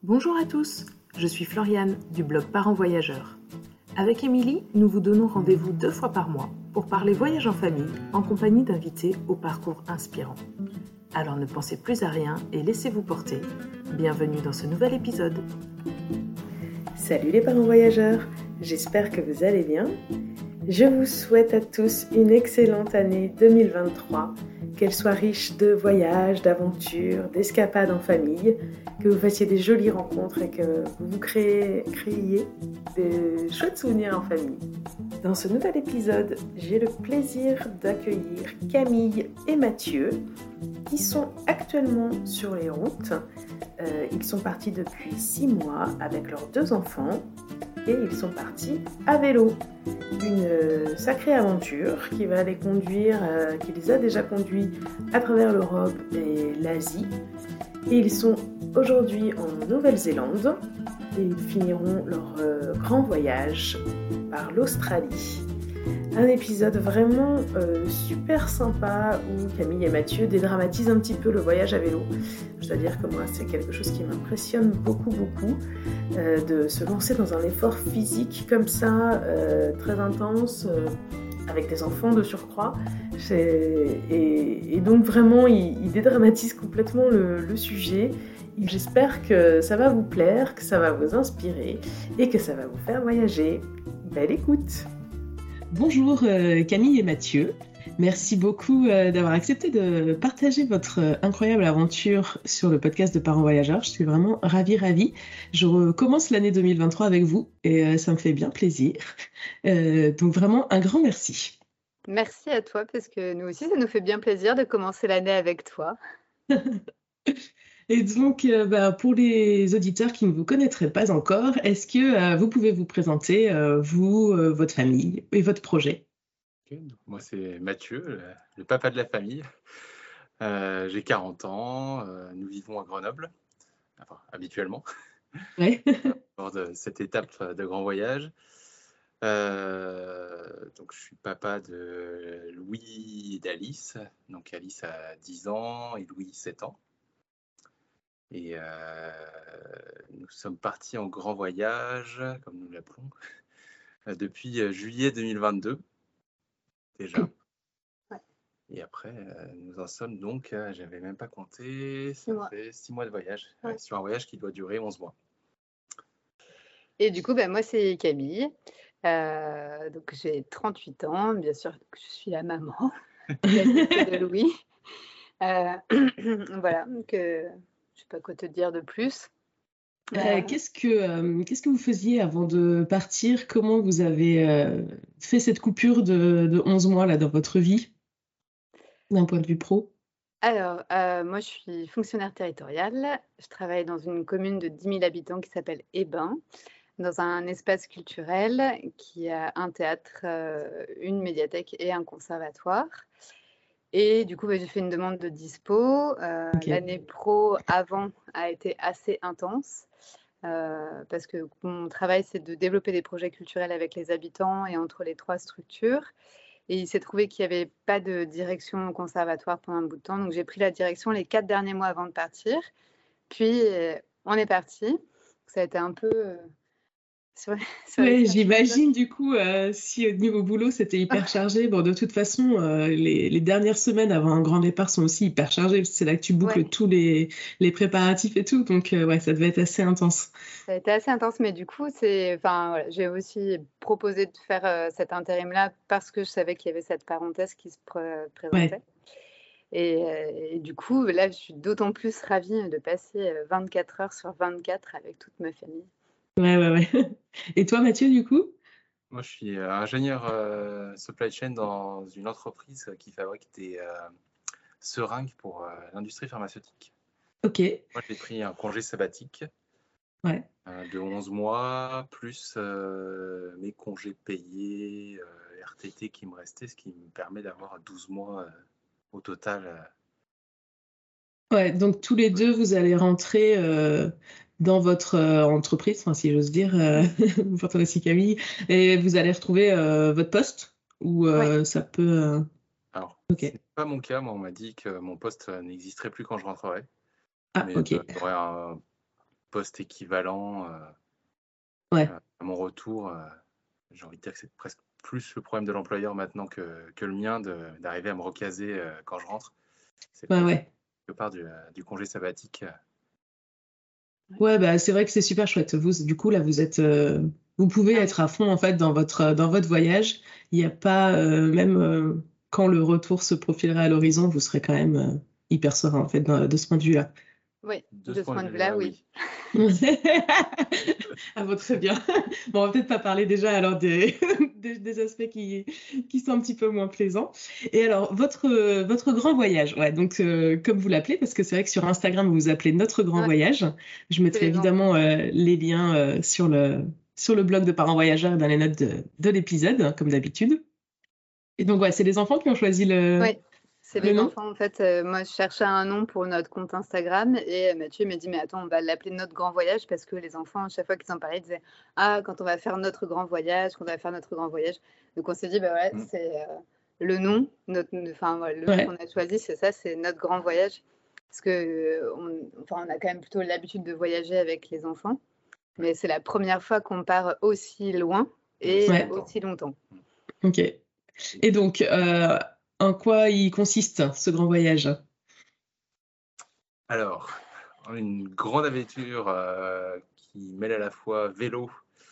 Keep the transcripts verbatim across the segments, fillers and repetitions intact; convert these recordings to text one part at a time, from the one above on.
Bonjour à tous, je suis Floriane du blog Parents Voyageurs. Avec Émilie, nous vous donnons rendez-vous deux fois par mois pour parler voyage en famille en compagnie d'invités au parcours inspirant. Alors ne pensez plus à rien et laissez-vous porter. Bienvenue dans ce nouvel épisode. Salut les parents voyageurs, j'espère que vous allez bien. Je vous souhaite à tous une excellente année deux mille vingt-trois, qu'elle soit riche de voyages, d'aventures, d'escapades en famille, que vous fassiez des jolies rencontres et que vous vous créez, créiez des chouettes souvenirs en famille. Dans ce nouvel épisode, j'ai le plaisir d'accueillir Camille et Mathieu, qui sont actuellement sur les routes. Euh, ils sont partis depuis six mois avec leurs deux enfants et ils sont partis à vélo. Une euh, sacrée aventure qui va les conduire, euh, qui les a déjà conduits à travers l'Europe et l'Asie. Et ils sont aujourd'hui en Nouvelle-Zélande et ils finiront leur euh, grand voyage par l'Australie. Un épisode vraiment euh, super sympa où Camille et Mathieu dédramatisent un petit peu le voyage à vélo. Je dois dire que moi, c'est quelque chose qui m'impressionne beaucoup, beaucoup, euh, de se lancer dans un effort physique comme ça, euh, très intense, euh, avec des enfants de surcroît. C'est... Et, et donc vraiment, ils, ils dédramatisent complètement le, le sujet. J'espère que ça va vous plaire, que ça va vous inspirer et que ça va vous faire voyager. Belle écoute! Bonjour euh, Camille et Mathieu, merci beaucoup euh, d'avoir accepté de partager votre euh, incroyable aventure sur le podcast de Parents Voyageurs. Je suis vraiment ravie, ravie. Je recommence l'année deux mille vingt-trois avec vous et euh, ça me fait bien plaisir. Euh, donc vraiment un grand merci. Merci à toi parce que nous aussi, ça nous fait bien plaisir de commencer l'année avec toi. Et donc, euh, bah, pour les auditeurs qui ne vous connaîtraient pas encore, est-ce que euh, vous pouvez vous présenter, euh, vous, euh, votre famille et votre projet? Okay, donc moi, c'est Mathieu, le, le papa de la famille. Euh, j'ai quarante ans, euh, nous vivons à Grenoble, enfin, habituellement, Ouais. lors de cette étape de grand voyage. Euh, donc, je suis papa de Louis et d'Alice. Donc, Alice a dix ans et Louis sept ans. Et euh, nous sommes partis en grand voyage, comme nous l'appelons, depuis juillet deux mille vingt-deux, déjà. Ouais. Et après, euh, nous en sommes donc, euh, j'avais même pas compté, ça Six mois. fait six mois de voyage, Ouais. ouais, sur un voyage qui doit durer onze mois. Et du coup, ben, moi, c'est Camille. Euh, donc, j'ai trente-huit ans. Bien sûr, je suis la maman de Louis. Euh, voilà, donc euh, je ne sais pas quoi te dire de plus. Euh, Euh, qu'est-ce que, euh, qu'est-ce que vous faisiez avant de partir? Comment vous avez euh, fait cette coupure de, de onze mois là, dans votre vie, d'un point de vue pro? alors, euh, moi, je suis fonctionnaire territoriale. Je travaille dans une commune de dix mille habitants qui s'appelle Hébin, dans un espace culturel qui a un théâtre, euh, une médiathèque et un conservatoire. Et du coup, bah, j'ai fait une demande de dispo. Euh, Ok. L'année pro avant a été assez intense euh, parce que mon travail, c'est de développer des projets culturels avec les habitants et entre les trois structures. Et il s'est trouvé qu'il n'y avait pas de direction au conservatoire pendant un bout de temps. Donc, j'ai pris la direction les quatre derniers mois avant de partir. Puis, euh, on est parti. Ça a été un peu... euh, sur, sur les Ouais, cinq j'imagine du coup, euh, si au niveau boulot c'était hyper chargé, bon de toute façon, euh, les, les dernières semaines avant un grand départ sont aussi hyper chargées, parce que c'est là que tu boucles Ouais. tous les, les préparatifs et tout, donc euh, ouais, ça devait être assez intense. Ça a été assez intense, mais du coup, c'est, enfin, voilà, j'ai aussi proposé de faire euh, cet intérim-là parce que je savais qu'il y avait cette parenthèse qui se pr- présentait. Ouais. Et, euh, et du coup, là, je suis d'autant plus ravie de passer euh, vingt-quatre heures sur vingt-quatre avec toute ma famille. Ouais, ouais, ouais. Et toi, Mathieu, du coup? Moi, je suis euh, ingénieur euh, supply chain dans une entreprise qui fabrique des euh, seringues pour euh, l'industrie pharmaceutique. Ok. Moi, j'ai pris un congé sabbatique Ouais. euh, de onze mois, plus euh, mes congés payés, euh, R T T qui me restaient, ce qui me permet d'avoir douze mois euh, au total. euh, Ouais, donc tous les deux, vous allez rentrer euh, dans votre euh, entreprise, enfin, si j'ose dire, euh, vous portez aussi Camille, et vous allez retrouver euh, votre poste, ou Ouais. euh, ça peut... euh, Alors, Ok. ce n'est pas mon cas. Moi, on m'a dit que mon poste euh, n'existerait plus quand je rentrerai. Ah, Mais ok. euh, j'aurai un poste équivalent. Euh, Ouais. euh, à mon retour, euh, j'ai envie de dire que c'est presque plus le problème de l'employeur maintenant que, que le mien de, d'arriver à me recaser euh, quand je rentre. C'est Bah plus ouais. quelque part du, euh, du congé sabbatique. euh. Ouais, bah c'est vrai que c'est super chouette. Vous, du coup, là, vous êtes, euh, vous pouvez Ah oui. être à fond en fait dans votre dans votre voyage. Il n'y a pas euh, même euh, quand le retour se profilerait à l'horizon, vous serez quand même euh, hyper serein en fait dans- de ce point de vue-là. Oui, De de ce ce point point de de vue-là, vue-là, oui. oui. Ah bon, très bien. Bon, on va peut-être pas parler déjà alors des, des, des aspects qui, qui sont un petit peu moins plaisants. Et alors, votre, votre grand voyage, ouais, donc euh, comme vous l'appelez, parce que c'est vrai que sur Instagram, vous vous appelez Notre Grand Ouais, Voyage. Je c'est mettrai les enfants. évidemment euh, les liens euh, sur le, sur le blog de Parents Voyageurs et dans les notes de, de l'épisode, hein, comme d'habitude. Et donc, ouais, c'est les enfants qui ont choisi le, Oui, c'est le les nom. enfants. En fait, euh, moi, je cherchais un nom pour notre compte Instagram et euh, Mathieu m'a dit, mais attends, on va l'appeler Notre Grand Voyage parce que les enfants, à chaque fois qu'ils en parlaient, ils disaient, ah, quand on va faire notre grand voyage, quand on va faire notre grand voyage. Donc, on s'est dit, bah ouais, Mm. c'est euh, le nom, notre, enfin, voilà, le nom Ouais, qu'on a choisi, c'est ça, c'est Notre Grand Voyage. Parce que, euh, on, enfin, on a quand même plutôt l'habitude de voyager avec les enfants, mais c'est la première fois qu'on part aussi loin Et aussi et ouais, longtemps. aussi longtemps. ok. Et donc, euh, en quoi il consiste ce grand voyage? Alors, une grande aventure euh, qui mêle à la fois vélo,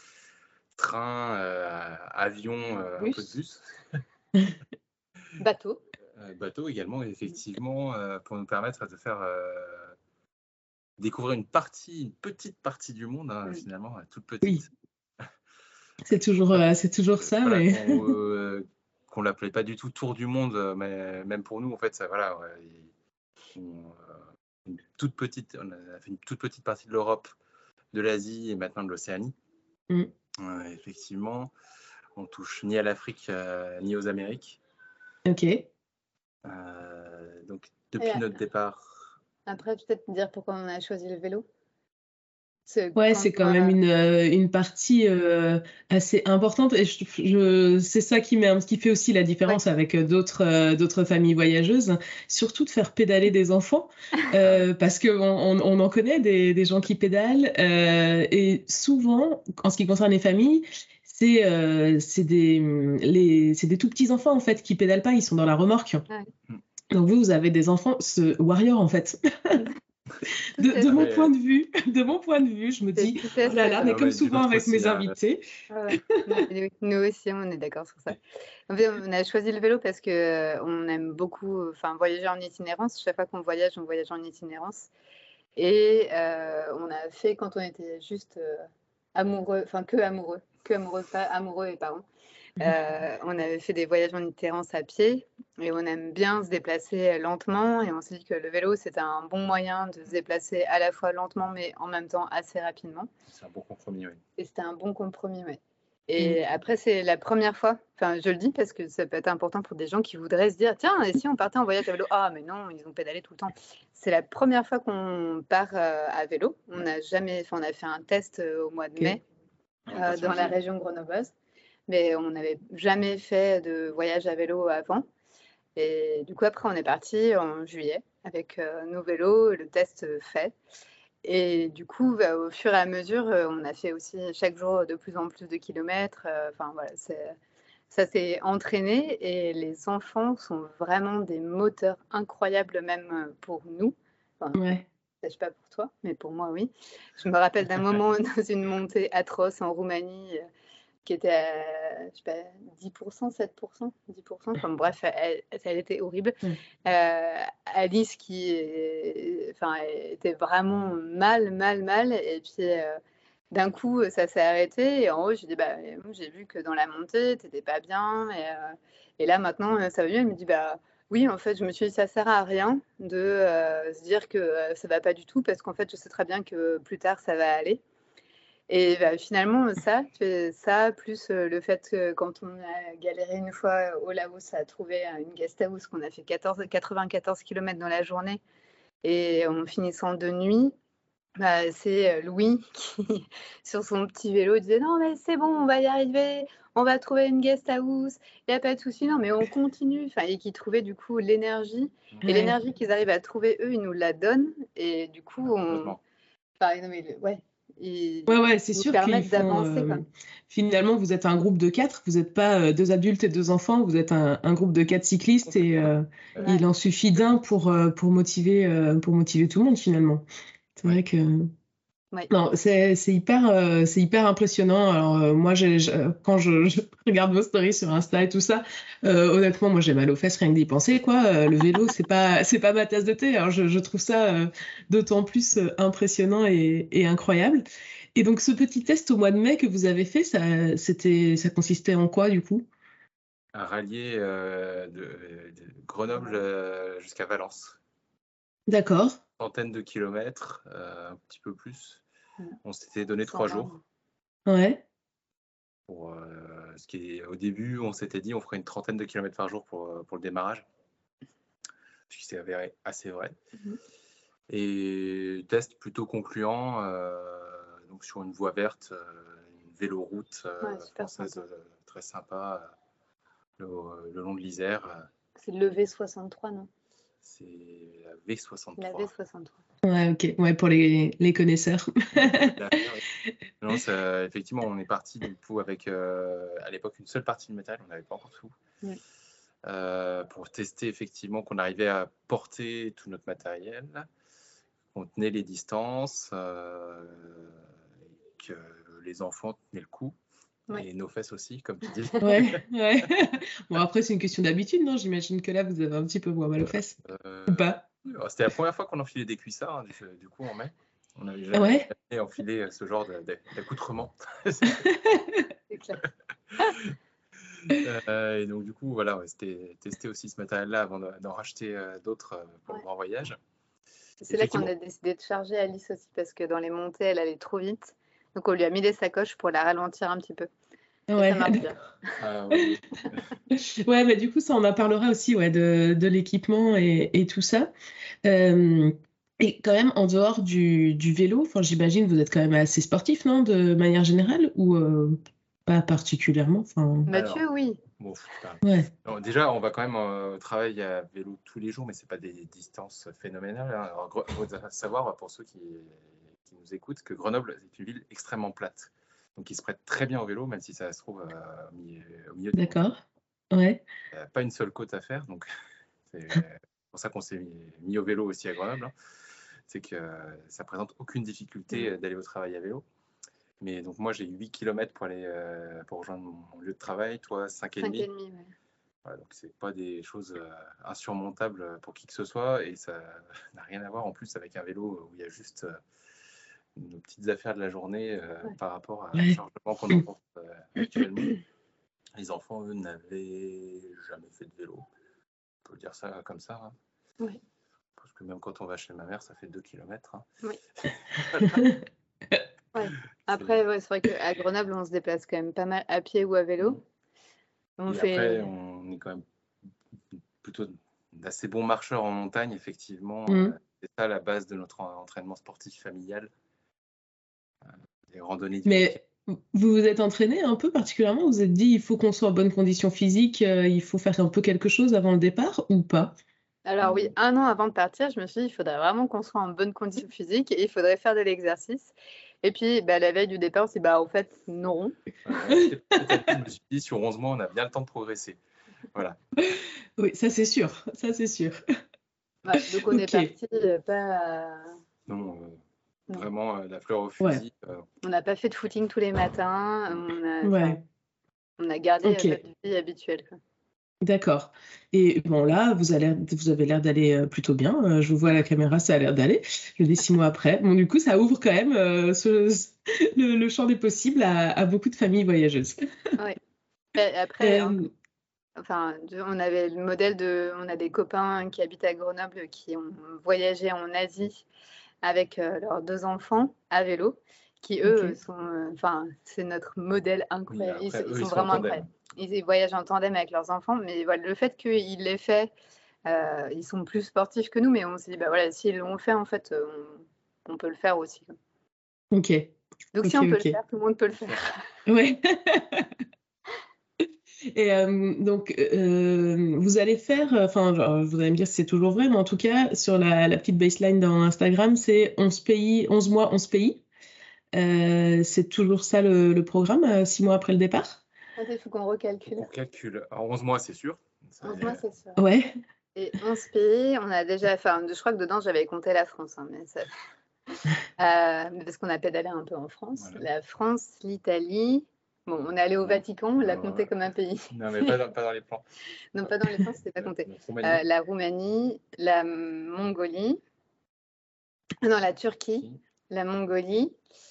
train, euh, avion, euh, un peu de Bus, bus, bateau. euh, bateau également, effectivement, euh, pour nous permettre de faire euh, découvrir une partie, une petite partie du monde, hein, Mm. finalement, toute Oui, petite. c'est toujours, Pas- euh, c'est toujours ça, Voilà, mais qu'on euh, qu'on l'appelait pas du tout tour du monde, euh, mais même pour nous, en fait, ça, voilà, ouais, il- on, euh, une toute petite, on a fait une toute petite partie de l'Europe, de l'Asie et maintenant de l'Océanie. Mm. Euh, effectivement, on touche ni à l'Afrique euh, ni aux Amériques. Ok. Euh, donc, Et depuis euh, notre départ, après, peut-être dire pourquoi on a choisi le vélo. C'est Ouais, quand c'est quand même moi, une, euh, une partie euh, assez importante et je, je- c'est ça qui, met, un- qui fait aussi la ouais, différence avec euh, d'autres euh, d'autres familles voyageuses, surtout de faire pédaler des enfants, ah ouais, euh, parce qu'on on, on en connaît des, des gens qui pédalent euh, et souvent, en ce qui concerne les familles, c'est euh, c'est des, les, c'est des tout petits enfants en fait qui pédalent pas, ils sont dans la remorque. ouais, mm. Donc vous, vous avez des enfants, ce warrior en fait. tout De, à de Ah, mon fait. point mais, de vue, de mon point de vue, je me C'est dis, tout à oh là fait là, vrai. mais non, comme mais du souvent nôtre avec aussi, mes hein. invités, Ouais, ouais. Non, mais oui, nous aussi, on est d'accord sur ça. En fait, on a choisi le vélo parce que euh, on aime beaucoup, enfin, voyager en itinérance. Chaque fois qu'on voyage, on voyage en itinérance. Et euh, on a fait quand on était juste euh, amoureux, enfin que amoureux, que amoureux, pas amoureux et parents. Euh, on avait fait des voyages en itinérance à pied et on aime bien se déplacer lentement et on s'est dit que le vélo c'était un bon moyen de se déplacer à la fois lentement mais en même temps assez rapidement C'est un bon compromis, oui. et c'était un bon compromis, ouais. Mm. Et après c'est la première fois, enfin je le dis parce que ça peut être important pour des gens qui voudraient se dire tiens et si on partait en voyage à vélo, ah mais non ils ont pédalé tout le temps. C'est la première fois qu'on part euh, à vélo. On n'a jamais, enfin on a fait un test euh, au mois de ok, mai On est euh, parti en dans la juillet. région grenobloise mais on n'avait jamais fait de voyage à vélo avant. Et du coup, après, on est parti en juillet avec euh, nos vélos, le test fait. Et du coup, bah, au fur et à mesure, euh, on a fait aussi chaque jour de plus en plus de kilomètres. Euh, Enfin, voilà, c'est, ça s'est entraîné et les enfants sont vraiment des moteurs incroyables, même euh, pour nous. Enfin, ouais, je ne sais pas pour toi, mais pour moi, oui. Je me rappelle d'un moment dans une montée atroce en Roumanie. euh, qui était à, je sais pas, dix pour cent, sept pour cent, dix pour cent. Enfin bref, elle, elle était horrible. ouais. Euh, Alice qui enfin, était vraiment mal, mal, mal. Et puis euh, d'un coup, ça s'est arrêté. Et en haut, j'ai dit, bah, j'ai vu que dans la montée, t'étais pas bien. Et, euh, et là, maintenant, ça va mieux. Elle me dit, bah, oui, en fait, je me suis dit, ça sert à rien de euh, se dire que euh, ça va pas du tout parce qu'en fait, je sais très bien que plus tard, ça va aller. Et bah, finalement, ça, ça, plus euh, le fait que quand on a galéré une fois au Laos à trouver euh, une guest house, qu'on a fait quatorze, quatre-vingt-quatorze kilomètres dans la journée et en finissant de nuit, bah, c'est euh, Louis qui, sur son petit vélo, disait non, mais c'est bon, on va y arriver, on va trouver une guest house, il n'y a pas de souci, non, mais on continue. Enfin, et qui trouvait du coup l'énergie. Et Ouais. l'énergie qu'ils arrivent à trouver, eux, ils nous la donnent. Et du coup, Ah, on, complètement. Enfin, non, mais le- ouais, ils Ouais, ouais, c'est nous sûr qu'ils permettent font. d'avancer, quoi. euh, Finalement, vous êtes un groupe de quatre, vous n'êtes pas euh, deux adultes et deux enfants, vous êtes un, un groupe de quatre cyclistes et euh, Euh, Ouais. il en suffit d'un pour, euh, pour motiver, euh, pour motiver tout le monde finalement. C'est Ouais. vrai que. Ouais. Non, c'est c'est hyper, euh, c'est hyper impressionnant. Alors, euh, moi, j'ai, je- quand je, je regarde vos stories sur Insta et tout ça, euh, honnêtement, moi, j'ai mal aux fesses rien que d'y penser, quoi. Euh, le vélo, c'est pas, c'est pas ma tasse de thé. Alors, je, je trouve ça euh, d'autant plus euh, impressionnant et, et incroyable. Et donc, ce petit test au mois de mai que vous avez fait, ça, c'était, ça consistait en quoi, du coup? Un rallier euh, de, de Grenoble euh, jusqu'à Valence. D'accord. Centaine de kilomètres, euh, un petit peu plus. Mm. On s'était donné trois cent vingt. jours. Ouais. Pour, euh, ce qui est, au début, on s'était dit on ferait une trentaine de kilomètres par jour pour, euh, pour le démarrage, ce qui s'est avéré assez vrai. Mhm. Et test plutôt concluant, euh, donc sur une voie verte, euh, une véloroute euh, Ouais, super française sympa. euh, très sympa, euh, le, le long de l'Isère. euh, C'est le V soixante-trois, non? C'est la V La soixante-trois. V soixante-trois. Ouais, ok. Ouais, pour les, les connaisseurs. Non, ça, effectivement, on est parti du coup avec euh, à l'époque une seule partie du matériel, on n'avait pas encore tout, Ouais. euh, pour tester effectivement qu'on arrivait à porter tout notre matériel, qu'on tenait les distances, euh, et que les enfants tenaient le coup, Ouais. et nos fesses aussi, comme tu dis. Ouais, ouais. Bon, après, c'est une question d'habitude, non? J'imagine que là, vous avez un petit peu moins mal aux fesses. Euh, Ou pas? C'était la première fois qu'on enfilait des cuissards, hein, du, du coup en mai. On n'avait jamais, Ouais. jamais enfilé ce genre de- de- d'accoutrement. C'est clair. Euh, et donc du coup voilà, ouais, c'était tester aussi ce matériel-là avant de- d'en racheter euh, d'autres euh, pour Ouais. le grand voyage. C'est là qu'on Effectivement. a décidé de charger Alice aussi parce que dans les montées, elle allait trop vite. Donc on lui a mis des sacoches pour la ralentir un petit peu. Et ça Ouais. marche bien. Ah, oui. Ouais, bah, du coup, ça, on en parlera aussi, ouais, de, de l'équipement et, et tout ça. Euh, et quand même, en dehors du, du vélo, enfin, j'imagine, vous êtes quand même assez sportif, non, de manière générale, ou euh, pas particulièrement, enfin, Mathieu, Alors, oui. bon, pff, putain. ouais. Alors, déjà, on va quand même euh, au travail à vélo tous les jours, mais c'est pas des distances phénoménales, hein. Alors, Gre- faut savoir pour ceux qui, qui nous écoutent que Grenoble est une ville extrêmement plate, donc qui se prête très bien au vélo, même si ça se trouve euh, au milieu, au milieu des montagnes. D'accord. Ouais. Il n'y a pas une seule côte à faire, donc c'est pour ça qu'on s'est mis, mis au vélo aussi à Grenoble, hein. C'est que euh, ça présente aucune difficulté euh, d'aller au travail à vélo. Mais donc moi j'ai huit kilomètres pour aller euh, pour rejoindre mon lieu de travail, toi cinq et cinq demi. et demi, ouais. Voilà, donc c'est pas des choses euh, insurmontables pour qui que ce soit et ça n'a rien à voir en plus avec un vélo où il y a juste euh, nos petites affaires de la journée euh, Ouais. par rapport à Ouais. un chargement qu'on emporte euh, actuellement. Les enfants, eux, n'avaient jamais fait de vélo. On peut dire ça comme ça, hein. Ouais. Parce que même quand on va chez ma mère, ça fait deux kilomètres, hein. Oui. Ouais. Après, ouais, c'est vrai qu'à Grenoble, on se déplace quand même pas mal à pied ou à vélo. On Et fait. après, on est quand même plutôt d'assez bons marcheurs en montagne, effectivement. Mm. Euh, c'est ça la base de notre en- entraînement sportif familial. Euh, les randonnées du week-end. Mais vous vous êtes entraîné un peu particulièrement? Vous vous êtes dit, il faut qu'on soit en bonne condition physique, euh, il faut faire un peu quelque chose avant le départ ou pas? Alors oui, un an avant de partir, je me suis dit, il faudrait vraiment qu'on soit en bonne condition physique et il faudrait faire de l'exercice. Et puis, bah, la veille du départ, on s'est dit, bah, au fait, non. Ouais, j'étais peut-être à lui, je me suis dit, sur onze mois, on a bien le temps de progresser. Voilà. Oui, ça c'est sûr, ça c'est sûr. Ouais, donc on est Ok, parti euh, pas. Non, euh, Non. vraiment euh, la fleur au ouais, fusil. euh, On n'a pas fait de footing tous les matins. On a, enfin, ouais, on a gardé ok, euh, notre vie habituelle, quoi. d'accord. Et bon là, vous avez, vous avez l'air d'aller euh, plutôt bien. Euh, je vous vois à la caméra, ça a l'air d'aller. Je dis six mois après. Bon, du coup, ça ouvre quand même euh, ce- ce- le, le champ des possibles à, à beaucoup de familles voyageuses. Ouais. Et après, en- Euh, enfin, de- on avait le modèle de, on a des copains qui habitent à Grenoble qui ont voyagé en Asie avec euh, leurs deux enfants à vélo, qui eux ok. sont, euh, enfin, c'est notre modèle Oui, incroyable. Ils, après, sont- ils eux, sont ils sont en vraiment tandem. incroyables. Ils, ils voyagent en tandem avec leurs enfants, mais voilà, le fait qu'ils l'aient fait, euh, ils sont plus sportifs que nous, mais on s'est dit, bah voilà, s'ils l'ont fait, en fait, euh, on, on peut le faire aussi, quoi. Ok, Donc si ok, on peut le ok. faire, tout le monde peut le faire. Ouais. Et euh, donc, euh, vous allez faire, enfin, genre, vous allez me dire si c'est toujours vrai, mais en tout cas, sur la, la petite baseline dans Instagram, c'est onze pays, onze mois, onze pays. Euh, c'est toujours ça le, le programme, euh, six mois après le départ? Attends, il faut qu'on recalcule. On calcule. Alors, onze mois, c'est sûr. Ça, onze mois, c'est sûr. Ouais. Et onze pays, on a déjà, enfin, je crois que dedans, j'avais compté la France, hein, mais ça... euh, parce qu'on a pédalé un peu en France. Voilà. La France, l'Italie. Bon, on est allé au Non. Vatican, on l'a Non, compté ouais. comme un pays. Non, mais pas dans, pas dans les plans. Non, pas dans les plans, c'était pas La- compté. la Roumanie. Euh, la Roumanie, la Mongolie, non, la Turquie, la Mongolie,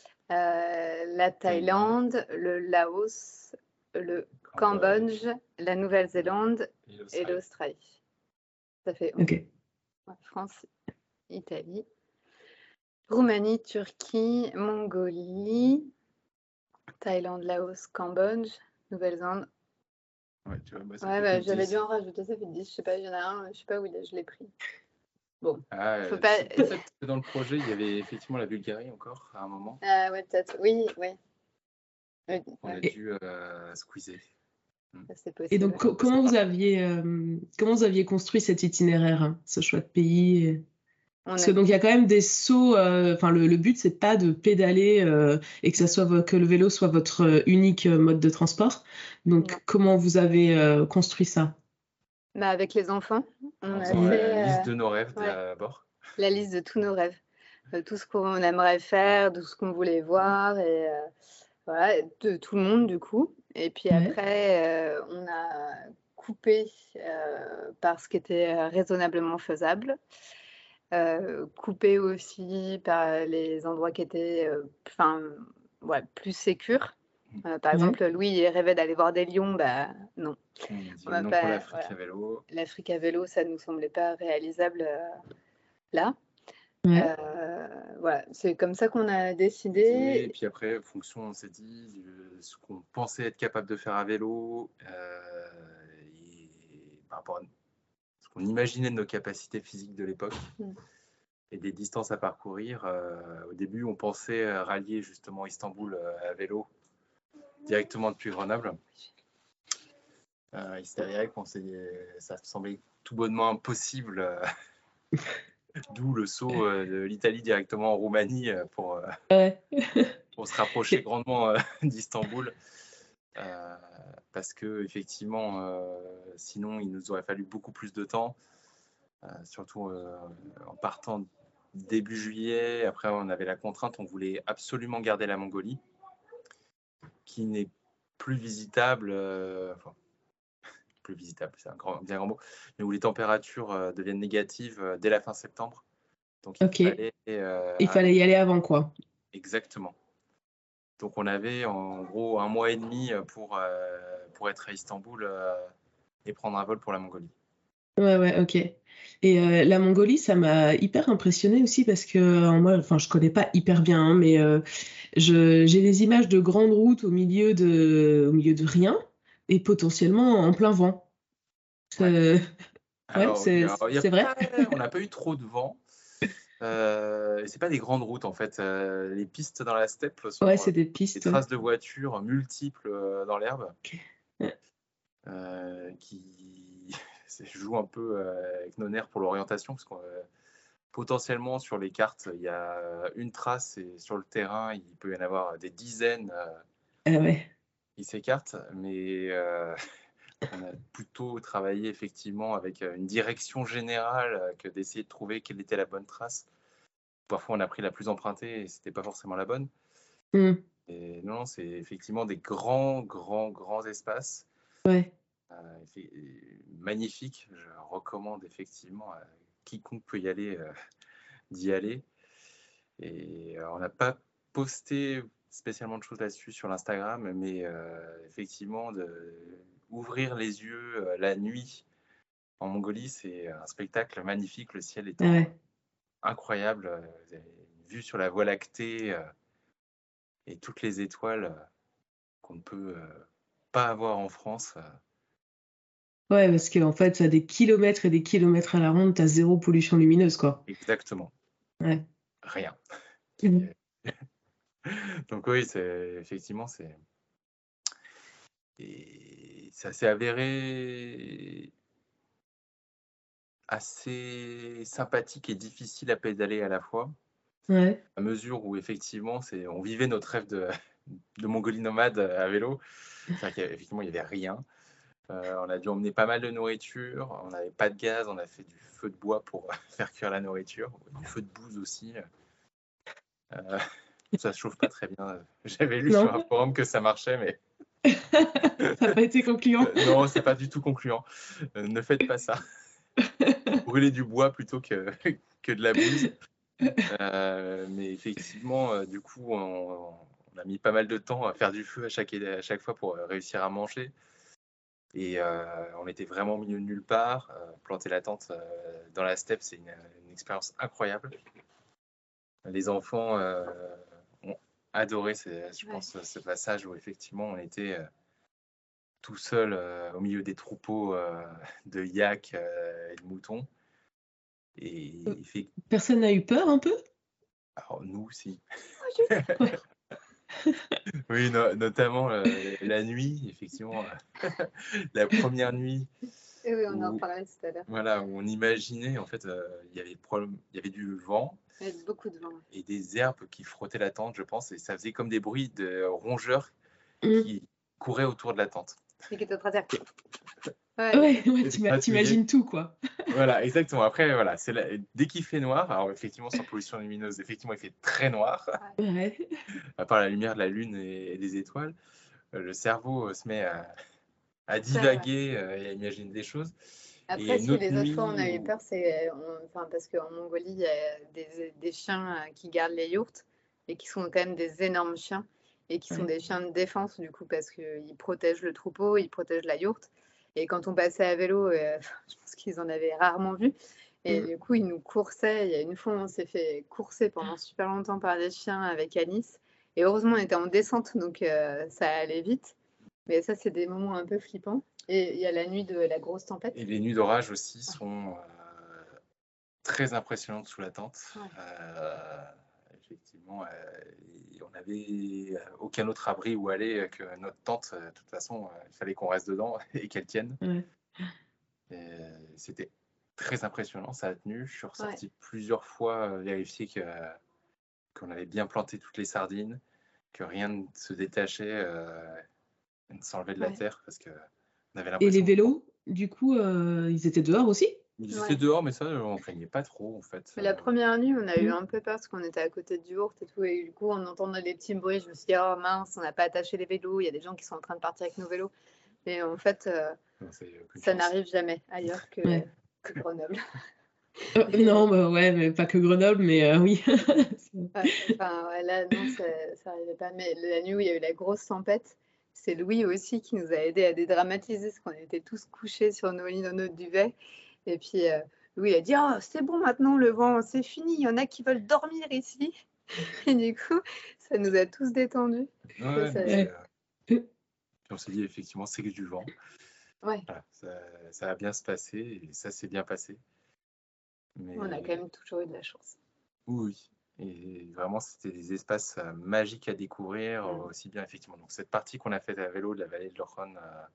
euh, la Thaïlande, le Laos, le Cambodge, la Nouvelle-Zélande Et et l'Australie. l'Australie. Ça fait Ok. ouais, France, Italie, Roumanie, Turquie, Mongolie, Thaïlande, Laos, Cambodge, Nouvelle-Zélande. Ouais, tu vois, moi, ça Ouais, fait bah, que j'avais dix. dû en rajouter, ça fait dix. Je sais pas, il y en a un, je sais pas où il est, je l'ai pris. Bon, Ah, faut euh, pas. peut-être que dans le projet, il y avait effectivement la Bulgarie encore à un moment. Ah ouais, peut-être. Oui, oui. Oui, On a ouais, dû euh, squeezer. ça, c'est Et possible. donc, co- comment vous aviez, euh, comment vous aviez construit cet itinéraire, hein, ce choix de pays? euh On Parce a... que donc il y a quand même des sauts. euh, Enfin, le, le but c'est pas de pédaler euh, et que ça soit vo- que le vélo soit votre euh, unique euh, mode de transport. Donc, Non. comment vous avez euh, construit ça? Bah, avec les enfants, on En a faisant fait la liste euh, de nos rêves ouais, d'abord. la liste de tous nos rêves, de tout ce qu'on aimerait faire, de ce qu'on voulait voir, et euh, voilà, de tout le monde du coup. Et puis Ouais. après, euh, on a coupé euh, par ce qui était euh, raisonnablement faisable, euh, coupé aussi par les endroits qui étaient euh, enfin, ouais, plus sécures. Euh, par Ouais. exemple, Louis il rêvait d'aller voir des lions, bah non. On a dit On va non pas- pour l'Afrique voilà. à vélo. L'Afrique à vélo, ça ne nous semblait pas réalisable euh, là. Ouais. Euh, voilà, c'est comme ça qu'on a Et décidé. puis après, fonction, on s'est dit euh, ce qu'on pensait être capable de faire à vélo euh, et par rapport à ce qu'on imaginait de nos capacités physiques de l'époque Mm. et des distances à parcourir. Euh, au début, on pensait rallier justement Istanbul euh, à vélo directement depuis Grenoble. Euh, il s'est avéré qu'on s'est, ça semblait tout bonnement impossible, euh, d'où le saut euh, de l'Italie directement en Roumanie euh, pour, euh, Ouais. pour se rapprocher grandement euh, d'Istanbul. Euh, parce que effectivement, euh, sinon, il nous aurait fallu beaucoup plus de temps, euh, surtout euh, en partant début juillet. Après, on avait la contrainte, on voulait absolument garder la Mongolie, qui n'est plus visitable. Euh, enfin, plus visitable, c'est un grand, bien grand mot, mais où les températures euh, deviennent négatives euh, dès la fin septembre. Donc il Ok. fallait... euh, Il fallait y aller avant quoi. Exactement. Donc on avait en gros un mois et demi pour, euh, pour être à Istanbul euh, et prendre un vol pour la Mongolie. Ouais, ouais, ok. Et euh, la Mongolie, ça m'a hyper impressionnée aussi parce que euh, moi, enfin, je connais pas hyper bien, hein, mais euh, je, j'ai des images de grandes routes au milieu de, au milieu de rien et potentiellement en plein vent. Ouais. Euh, ouais, Alors, il y c'est, a, il y a c'est vrai? pas, on n'a pas eu trop de vent. Euh, c'est pas des grandes routes en fait. Euh, les pistes dans la steppe Ouais, sont euh, c'est des des pistes. traces de voitures multiples euh, dans l'herbe Ok. Ouais. euh, qui jouent un peu euh, avec nos nerfs pour l'orientation parce que euh, potentiellement sur les cartes il y a une trace et sur le terrain il peut y en avoir des dizaines euh, Ah ouais. qui s'écartent, mais euh, on a plutôt travaillé effectivement avec une direction générale que d'essayer de trouver quelle était la bonne trace. Parfois, on a pris la plus empruntée et c'était pas forcément la bonne. Hmm. Et non, c'est effectivement des grands, grands, grands espaces. Ouais. Euh, magnifiques. Je recommande effectivement à quiconque peut y aller euh, d'y aller. Et euh, on n'a pas posté spécialement de choses là-dessus sur l'Instagram, mais euh, effectivement, de ouvrir les yeux euh, la nuit en Mongolie, c'est un spectacle magnifique, le ciel Ah étant ouais. incroyable. Vous avez une vue sur la Voie lactée euh, et toutes les étoiles euh, qu'on ne peut euh, pas avoir en France. euh. Ouais, parce qu'en fait, ça a des kilomètres et des kilomètres à la ronde, t'as zéro pollution lumineuse, quoi. Exactement, Ouais. rien. Mhm. Donc oui, c'est effectivement, c'est et ça s'est avéré assez sympathique et difficile à pédaler à la fois, Ouais. à mesure où effectivement, c'est, on vivait notre rêve de, de Mongolie nomade à vélo. C'est-à-dire qu'effectivement, il n'y avait rien. Euh, on a dû emmener pas mal de nourriture, on n'avait pas de gaz, on a fait du feu de bois pour faire cuire la nourriture, du feu de bouse aussi. Euh, ça se chauffe pas très bien. J'avais lu Non. sur un forum que ça marchait, mais Ça n'a pas été concluant. Euh, non, c'est pas du tout concluant. Euh, ne faites pas ça. Brûlez du bois plutôt que, que de la bouse. Euh, mais effectivement, euh, du coup, on, on a mis pas mal de temps à faire du feu à chaque, à chaque fois pour euh, réussir à manger. Et euh, on était vraiment au milieu de nulle part. Euh, planter la tente euh, dans la steppe, c'est une, une expérience incroyable. Les enfants euh, ont adoré, c'est, je pense, ce passage où effectivement on était euh, tout seul euh, au milieu des troupeaux euh, de yaks euh, et de moutons. Et il fait... Personne n'a eu peur un peu? Alors nous, si. Ouais. Oui, no- notamment euh, la nuit, effectivement, la première nuit. Et oui, on en où, parlait tout à l'heure. voilà, où on imaginait, en fait, euh, il y avait problème, il y avait du vent. Il y avait beaucoup de vent. Et des herbes qui frottaient la tente, je pense, et ça faisait comme des bruits de rongeurs Mm. qui couraient autour de la tente. Et qui était en train de dire... Ouais, ouais, ouais, t'ima- t'imagines tout, quoi. Voilà, exactement. Après, voilà, c'est la... dès qu'il fait noir, alors effectivement, sans pollution lumineuse, effectivement, il fait très noir, Ouais. à part la lumière de la lune et, et des étoiles, euh, le cerveau euh, se met à, à divaguer euh, et à imaginer des choses. Après, et si une autre les autres nuit fois on a eu où- peur, c'est on- enfin, parce qu'en Mongolie, il y a des, des chiens euh, qui gardent les yourtes et qui sont quand même des énormes chiens et qui sont Ouais. des chiens de défense du coup parce qu'ils protègent le troupeau, ils protègent la yourte. Et quand on passait à vélo, euh, je pense qu'ils en avaient rarement vu. Et Mm. du coup, ils nous coursaient. Il y a une fois, on s'est fait courser pendant super longtemps par des chiens avec Alice. Et heureusement, on était en descente, donc euh, ça allait vite. Mais ça, c'est des moments un peu flippants. Et il y a la nuit de la grosse tempête. Et les nuits d'orage aussi sont euh, très impressionnantes sous la tente. Ouais. Euh, effectivement, euh, on n'avait aucun autre abri où aller que notre tente. De toute façon, euh, il fallait qu'on reste dedans et qu'elle tienne. Ouais. Et c'était très impressionnant, ça a tenu. Je suis ressorti Ouais. plusieurs fois euh, vérifier que, qu'on avait bien planté toutes les sardines, que rien ne se détachait, euh, ne s'enlevait de la Ouais. terre, parce que on avait Et l'impression... les vélos, du coup, euh, ils étaient dehors aussi? Ils Ouais. étaient dehors, mais ça, on craignait pas trop, en fait. Mais la première nuit, on a eu Mm. un peu peur parce qu'on était à côté du yourte et tout. Et du coup, en entendant des petits bruits, je me suis dit, oh mince, on n'a pas attaché les vélos. Il y a des gens qui sont en train de partir avec nos vélos. Et en fait, euh, Non, c'est aucune ça chance. n'arrive jamais ailleurs que, Ouais. que Grenoble. Euh, non, bah ouais, mais pas que Grenoble, mais euh, oui. Ouais, enfin, ouais, là, non, ça n'arrivait pas. Mais la nuit où il y a eu la grosse tempête, c'est Louis aussi qui nous a aidés à dédramatiser parce qu'on était tous couchés sur nos lits dans notre duvet. Et puis, euh, Louis a dit, oh, c'est bon maintenant, le vent, c'est fini. Il y en a qui veulent dormir ici. Et du coup, ça nous a tous détendus. Ouais, Ça, non, ça- c'est, euh, puis on s'est dit, effectivement, c'est que du vent. ouais, Voilà, ça, ça va bien se passer, et ça s'est bien passé. Mais on a quand même toujours eu de la chance. oui, et vraiment, c'était des espaces euh, magiques à découvrir, Mm. euh, aussi bien, effectivement. Donc, cette partie qu'on a faite à vélo de la vallée de l'Orkhon, euh,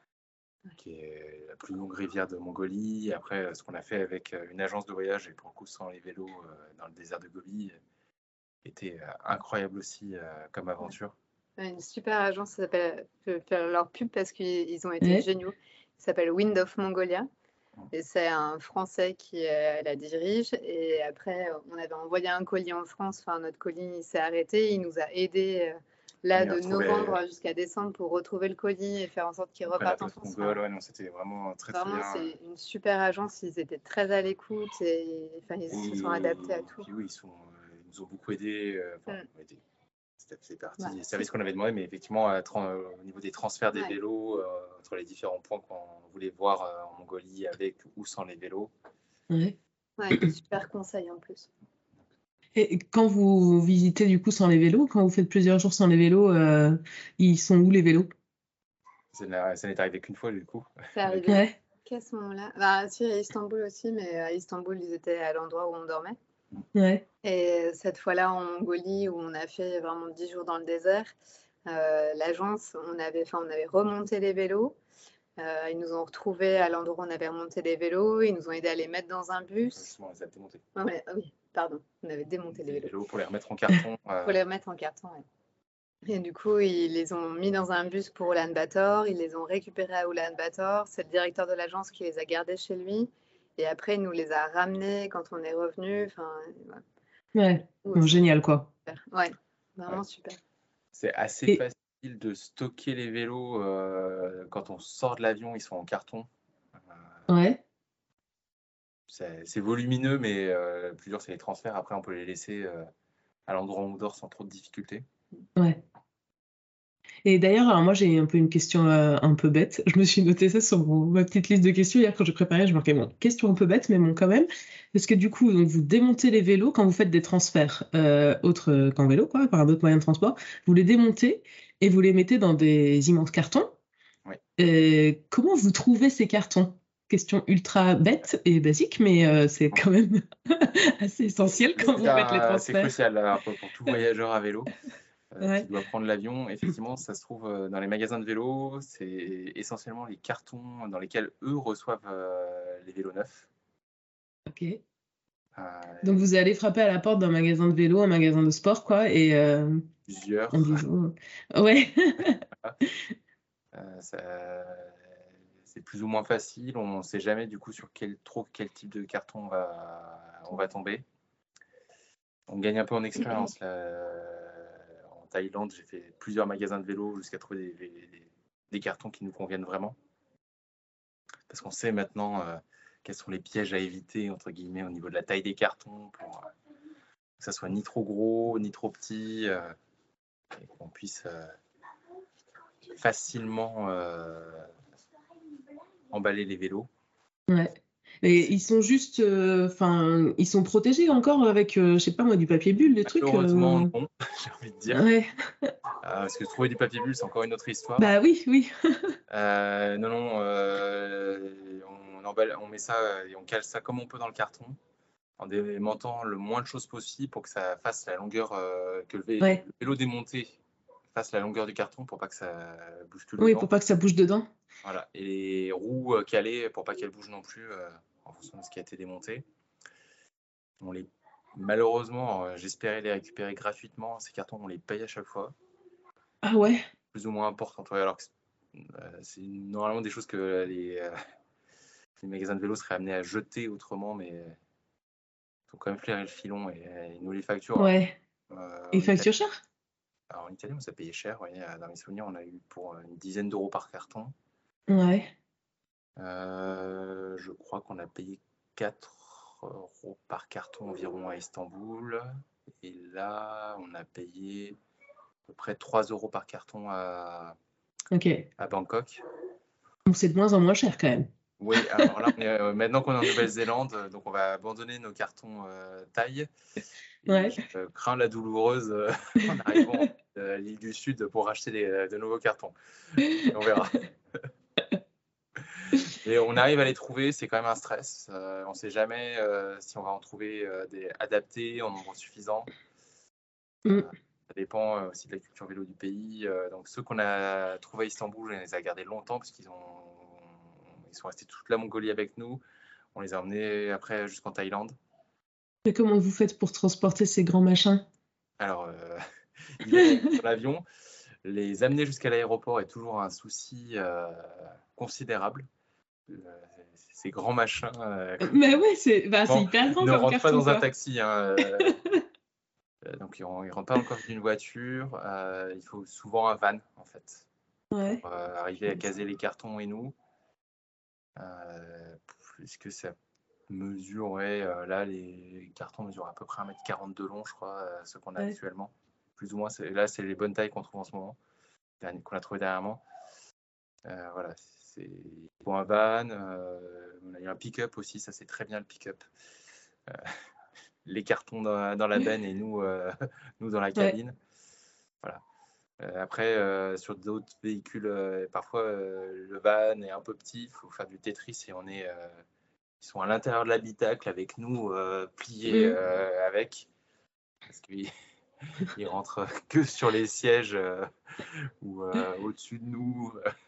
qui est la plus longue rivière de Mongolie. Après, euh, ce qu'on a fait avec euh, une agence de voyage, et pour le coup, sans les vélos euh, dans le désert de Gobi, euh, était euh, incroyable aussi euh, comme aventure. Ouais, une super agence, ça s'appelle, je vais faire leur pub parce qu'ils ils ont été Ouais. géniaux. Ça s'appelle Wind of Mongolia. Et c'est un Français qui euh, la dirige. Et après, on avait envoyé un colis en France. Enfin, notre colis s'est arrêté. Il nous a aidés euh, là Oui, à de retrouver- novembre jusqu'à décembre pour retrouver le colis et faire en sorte qu'il Après la reparte en poste France. mongole, ouais, non, c'était vraiment très très Vraiment, bien. c'est une super agence. Ils étaient très à l'écoute et enfin, ils se sont adaptés à tout. Puis oui, ils, sont, euh, ils nous ont beaucoup aidés. euh, Enfin, Mm. aidés. C'était- C'est parti Ouais. des services qu'on avait demandé, mais effectivement, à tra- euh, au niveau des transferts des Ouais. vélos, euh, entre les différents points qu'on voulait voir euh, en Mongolie, avec ou sans les vélos. Ouais. Ouais, des super conseils en plus. Et quand vous visitez du coup sans les vélos, quand vous faites plusieurs jours sans les vélos, euh, ils sont où les vélos? Ça n'a- ça n'est arrivé qu'une fois, du coup. C'est arrivé Ouais. qu'à ce moment-là. Bah, si, à Istanbul aussi, mais à Istanbul, ils étaient à l'endroit où on dormait. Ouais. Et cette fois-là, en Mongolie, où on a fait vraiment dix jours dans le désert, euh, l'agence, on avait, enfin, on avait remonté les vélos. Euh, ils nous ont retrouvés à l'endroit où on avait remonté les vélos, ils nous ont aidés à les mettre dans un bus. Justement, on les a démontés. Ah ouais, ah oui, pardon, on avait démonté les Les vélos. vélos pour les remettre en carton. euh, Pour les remettre en carton, ouais. Et du coup, ils les ont mis dans un bus pour Ulaanbaatar, ils les ont récupérés à Ulaanbaatar. C'est le directeur de l'agence qui les a gardés chez lui. Et après, il nous les a ramenés quand on est revenu. Enfin, voilà. Ouais, Ouais, bon, c'est génial quoi. super. Ouais, vraiment Ouais. super. C'est assez Et facile de stocker les vélos euh, quand on sort de l'avion, ils sont en carton. Euh, ouais, c'est c'est volumineux, mais euh, le plus dur, c'est les transferts. Après, on peut les laisser euh, à l'endroit où on dort sans trop de difficultés. ouais. Et d'ailleurs, alors moi j'ai un peu une question euh, un peu bête. Je me suis noté ça sur mon- ma petite liste de questions hier quand je préparais. Je marquais bon, question un peu bête, mais bon quand même. Parce que du coup, donc, vous démontez les vélos quand vous faites des transferts euh, autres euh, qu'en vélo, quoi, par un autre moyen de transport. Vous les démontez et vous les mettez dans des immenses cartons. Oui. Euh, comment vous trouvez ces cartons? Question ultra bête et basique, mais euh, c'est quand même assez essentiel quand vous C'est faites les un- c'est transferts. crucial alors, pour pour tout voyageur à vélo euh, qui Ouais. doit prendre l'avion. Effectivement, ça se trouve euh, dans les magasins de vélos. C'est essentiellement les cartons dans lesquels eux reçoivent euh, les vélos neufs. Ok. Donc Euh, vous allez frapper à la porte d'un magasin de vélo, un magasin de sport, quoi, et euh, en plusieurs. disant ouais, Euh, ça- c'est plus ou moins facile. On ne sait jamais du coup sur quel, trop quel type de carton on va, on va tomber. On gagne un peu en expérience. Là. En Thaïlande, j'ai fait plusieurs magasins de vélo jusqu'à trouver des, des- des cartons qui nous conviennent vraiment. Parce qu'on sait maintenant euh, quels sont les pièges à éviter, entre guillemets, au niveau de la taille des cartons, pour euh, que ça soit ni trop gros, ni trop petit, euh, et qu'on puisse euh, facilement euh, emballer les vélos. ouais. Et ils sont juste, enfin, ils sont protégés encore avec, euh, je sais pas moi, du papier bulle, des trucs. Malheureusement, euh, non, j'ai envie de dire. Ouais. Euh, parce que trouver du papier bulle, c'est encore une autre histoire. Bah oui, oui. Euh, non, non, euh, on, emballe, on met ça et on cale ça comme on peut dans le carton, en démontant le moins de choses possible pour que ça fasse la longueur, euh, que le, vé- Ouais. le vélo démonté fasse la longueur du carton pour pas que ça bouscule Oui, dedans. pour pas que ça bouge dedans. Voilà. Et les roues euh, calées pour pas qu'elles bougent non plus euh, en fonction de ce qui a été démonté. On les, malheureusement, euh, j'espérais les récupérer gratuitement. Ces cartons, on les paye à chaque fois, Ah ouais. plus ou moins importantes. Ouais, alors que euh, c'est normalement des choses que les, euh, les magasins de vélo seraient amenés à jeter autrement, mais il faut quand même flairer le filon et, et nous les factures. Alors, Ouais. euh, Et en Italie, facture cher? alors, en Italie, on s'est payé cher. Ouais, dans mes souvenirs, on a eu pour une dizaine d'euros par carton. Ouais. Euh, je crois qu'on a payé quatre euros par carton environ à Istanbul. Et là, on a payé à peu près trois euros par carton à, Ok. à Bangkok. Donc c'est de moins en moins cher quand même. Oui, alors là, on est, euh, maintenant qu'on est en Nouvelle-Zélande, euh, donc on va abandonner nos cartons euh, taille. Et Ouais. je crains la douloureuse euh, en arrivant à l'île du Sud pour racheter des, de nouveaux cartons. Et on verra. Et on arrive à les trouver, c'est quand même un stress. Euh, on ne sait jamais euh, si on va en trouver euh, des adaptés en nombre suffisant. Euh, Mm. ça dépend euh, aussi de la culture vélo du pays. Euh, donc ceux qu'on a trouvés à Istanbul, on les a gardés longtemps parce qu'ils ont, ils sont restés toute la Mongolie avec nous. On les a emmenés après jusqu'en Thaïlande. Mais comment vous faites pour transporter ces grands machins? Alors, euh, ils vont sur l'avion. Les amener jusqu'à l'aéroport est toujours un souci euh, considérable. Euh, ces grands machins euh, Mais ouais, c'est bah, c'est bon, hyper grand ne comme rentrent pas carton, dans un quoi. taxi. Hein, euh, donc, ils ne rentrent pas dans le coffre d'une voiture. Euh, il faut souvent un van, en fait, pour Ouais. euh, arriver à caser les cartons et nous. Euh, puisque ça mesure, ouais, euh, là, les cartons mesurent à peu près un mètre quarante de long, je crois, euh, ceux qu'on a Ouais. actuellement. Plus ou moins, là, c'est les bonnes tailles qu'on trouve en ce moment, qu'on a trouvé dernièrement. Euh, voilà, c'est pour un van. Euh, il y a un pick-up aussi, ça c'est très bien le pick-up. Euh, les cartons dans, dans la benne et nous, euh, nous dans la cabine. Ouais. Voilà. Euh, après, euh, sur d'autres véhicules, euh, parfois euh, le van est un peu petit, il faut faire du Tetris et on est, euh, ils sont à l'intérieur de l'habitacle avec nous euh, pliés Mm. euh, avec, parce qu'ils ils rentrent que sur les sièges euh, ou euh, au-dessus de nous.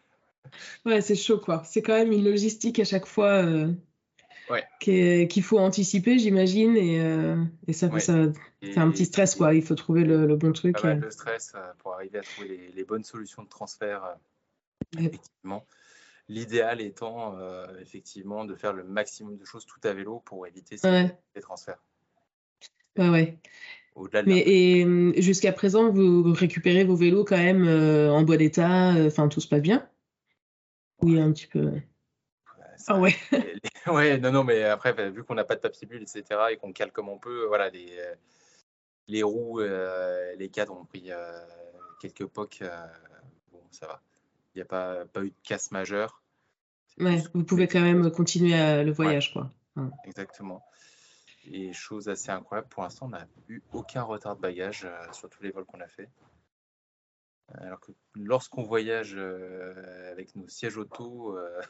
Ouais, c'est chaud, quoi. C'est quand même une logistique à chaque fois euh, Ouais, qu'est- qu'il faut anticiper, j'imagine, et, euh, et ça, ouais. ça, c'est un petit Et, stress, et quoi. Il faut trouver le, le bon pas truc. mal et- de stress euh, pour arriver à trouver les, les bonnes solutions de transfert, euh, Ouais, effectivement. L'idéal étant euh, effectivement de faire le maximum de choses tout à vélo pour éviter ces, ouais, ces transferts. ouais. ouais. Au-delà de Mais l'impact. et hum, jusqu'à présent, vous récupérez vos vélos quand même euh, en bon état, euh, enfin, tout se passe bien? Oui, Ouais, un petit peu. ouais, Ah ça- ouais. les- les- ouais, non, non, mais après, bah, vu qu'on n'a pas de papier bulle, et cetera, et qu'on cale comme on peut, voilà, les, euh, les roues, euh, les cadres ont pris euh, quelques pocs. euh, bon, ça va. Il n'y a pas, pas eu de casse majeure. C'est Ouais, plus vous qu'on pouvez quand explose. même continuer à- le Ouais, voyage, quoi. Enfin, exactement. Et chose assez incroyable, pour l'instant, on n'a eu aucun retard de bagages euh, sur tous les vols qu'on a fait. Alors que lorsqu'on voyage euh, avec nos sièges auto euh,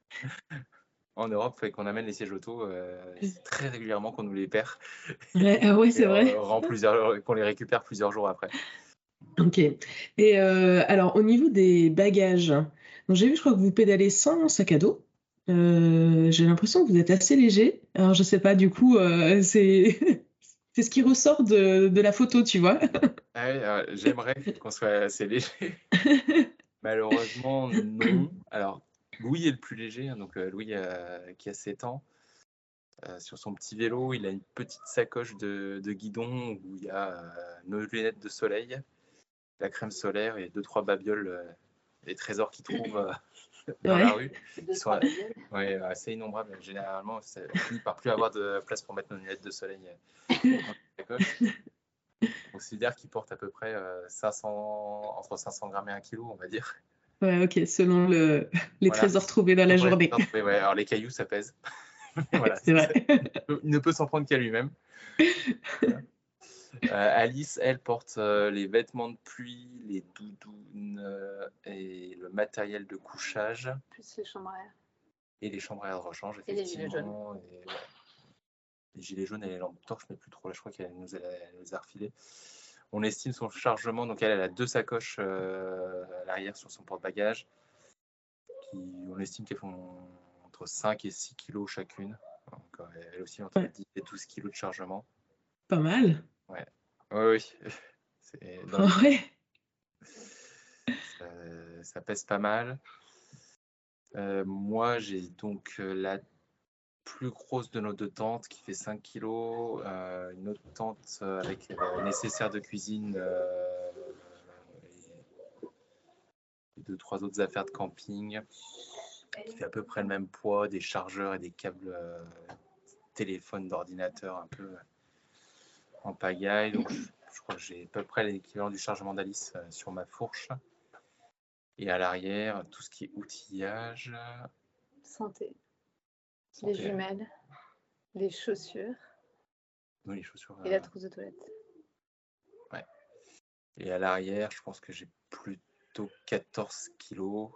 en Europe et qu'on amène les sièges auto, euh, c'est très régulièrement qu'on nous les perd ouais, ah ouais, et c'est vrai. euh, rend plusieurs, qu'on les récupère plusieurs jours après. Ok. Et euh, alors, au niveau des bagages, donc j'ai vu, je crois que vous pédalez sans sac à dos. Euh, j'ai l'impression que vous êtes assez léger. Alors, je sais pas, du coup, euh, c'est c'est ce qui ressort de, de la photo, tu vois. Ah ouais, euh, j'aimerais qu'on soit assez léger. Malheureusement, non. Alors, Louis est le plus léger, hein, donc euh, Louis euh, qui a sept ans. Euh, sur son petit vélo, il a une petite sacoche de, de guidon où il y a euh, nos lunettes de soleil, la crème solaire et deux trois babioles, euh, les trésors qu'il trouve euh, dans la Ouais. rue, qui sont ouais, assez innombrables. Généralement, ça- on finit par plus avoir de place pour mettre nos lunettes de soleil euh, dans la sacoche. On considère qu'il porte à peu près euh, cinq cents, entre cinq cents grammes et un kilo, on va dire. Ouais, ok, selon le, les Voilà. trésors trouvés dans la Selon les journée. trésors trouvés, ouais. Alors les cailloux, ça pèse. Voilà, C'est vrai. il ne peut s'en prendre qu'à lui-même. Voilà. Euh, Alice, elle porte euh, les vêtements de pluie, les doudounes euh, et le matériel de couchage Plus les chambres à air. et les chambres à air de rechange, Et les gilets jaunes. effectivement. Et, ouais. Les gilets jaunes et les lampes torches, mais plus trop. Là, je crois qu'elle nous, elle nous a refilé. On estime son chargement, donc elle, elle a deux sacoches euh, à l'arrière sur son porte-bagages, qui, on estime qu'elles font entre cinq et six kilos chacune. Donc, elle aussi entre Ouais, dix et douze kilos de chargement. pas mal. Ouais, oui, oui. C'est dans les... Ah ouais. ça, ça pèse pas mal. Euh, moi, j'ai donc euh, la plus grosse de nos deux tentes qui fait cinq kilos, euh, une autre tente euh, avec le nécessaire de cuisine euh, et deux, trois autres affaires de camping qui fait à peu près le même poids, des chargeurs et des câbles euh, téléphone, d'ordinateur un peu en pagaille. Donc, je, je crois que j'ai à peu près l'équivalent du chargement d'Alice euh, sur ma fourche. Et à l'arrière, tout ce qui est outillage. Santé. Santé. Les jumelles, les chaussures. Oui, les chaussures. Et euh, la trousse de toilette. Ouais. Et à l'arrière, je pense que j'ai plutôt quatorze kilos.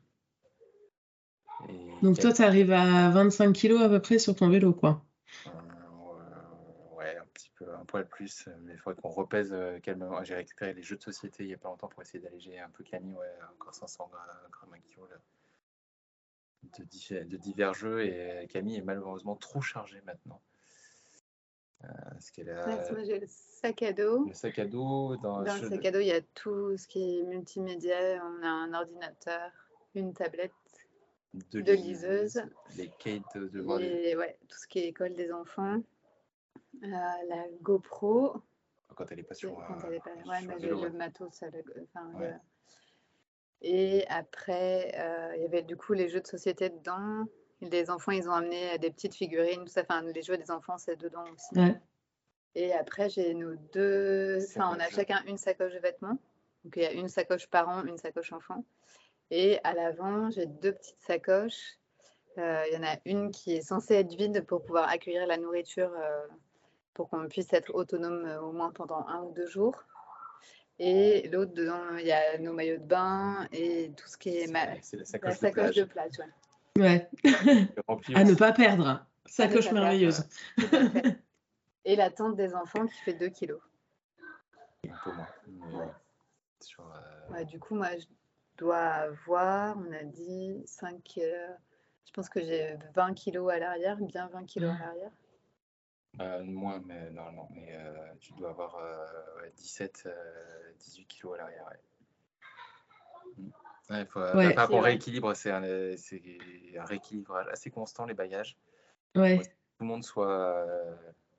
Et Donc toi, quel- tu arrives à vingt-cinq kilos à peu près sur ton vélo, quoi. euh, ouais, un petit peu, un poil plus. Mais il faudrait qu'on repèse euh, calmement. J'ai récupéré les jeux de société il n'y a pas longtemps pour essayer d'alléger un peu Camille. Ouais, encore cinq cents grammes, un kilo là, de, diff- de divers jeux. Et Camille est malheureusement trop chargée maintenant. Euh, parce qu'elle a Ouais, moi, j'ai le sac à dos. le sac à dos. Dans, Dans le je- sac à dos, il y a tout ce qui est multimédia. On a un ordinateur, une tablette, de, de liseuse, liseuse. les Kate de voir les- Et ouais, tout ce qui est école des enfants. Euh, la GoPro. quand elle est pas C'est- sur, Quand euh, elle est pas... sur Ouais, le mais j'ai vélo. le Ouais. matos. à la- Enfin, Ouais. le- Et après, euh, il y avait du coup les jeux de société dedans. Les enfants, ils ont amené euh, des petites figurines, tout ça. Enfin, les jeux des enfants, c'est dedans aussi. Ouais. Et après, j'ai nos deux. Enfin, on a Sacoche. chacun une sacoche de vêtements. Donc, il y a une sacoche parent, une sacoche enfant. Et à l'avant, j'ai deux petites sacoches. Euh, Il y en a une qui est censée être vide pour pouvoir accueillir la nourriture, euh, pour qu'on puisse être autonome euh, au moins pendant un ou deux jours. Et l'autre, dedans, il y a nos maillots de bain et tout ce qui est C'est ma... la- c'est la la sacoche de sacoche plage. de plage. Ouais. Ouais. Remplie À ne aussi. pas perdre. À ne Sacoche pas merveilleuse. perdre. Tout à fait. Et la tente des enfants qui fait deux kilos. Un peu moins. Mais Ouais. sur, euh, Ouais, du coup, moi, je- dois avoir, on a dit, cinq... Euh, je pense que j'ai vingt kilos à l'arrière, bien vingt kilos à l'arrière. Euh, moins, mais non, non, mais euh, tu dois avoir euh, ouais, dix-sept, euh, dix-huit kilos à l'arrière. Ouais. Ouais, faut, Ouais. bah, par rapport au Ouais. rééquilibre, c'est un, c'est un rééquilibrage assez constant, les bagages. Ouais. Pour que tout le monde soit euh,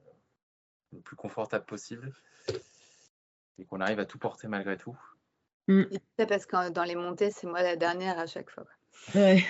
le plus confortable possible et qu'on arrive à tout porter malgré tout. Mm. Et c'est parce que dans les montées, c'est moi la dernière à chaque fois. Ouais.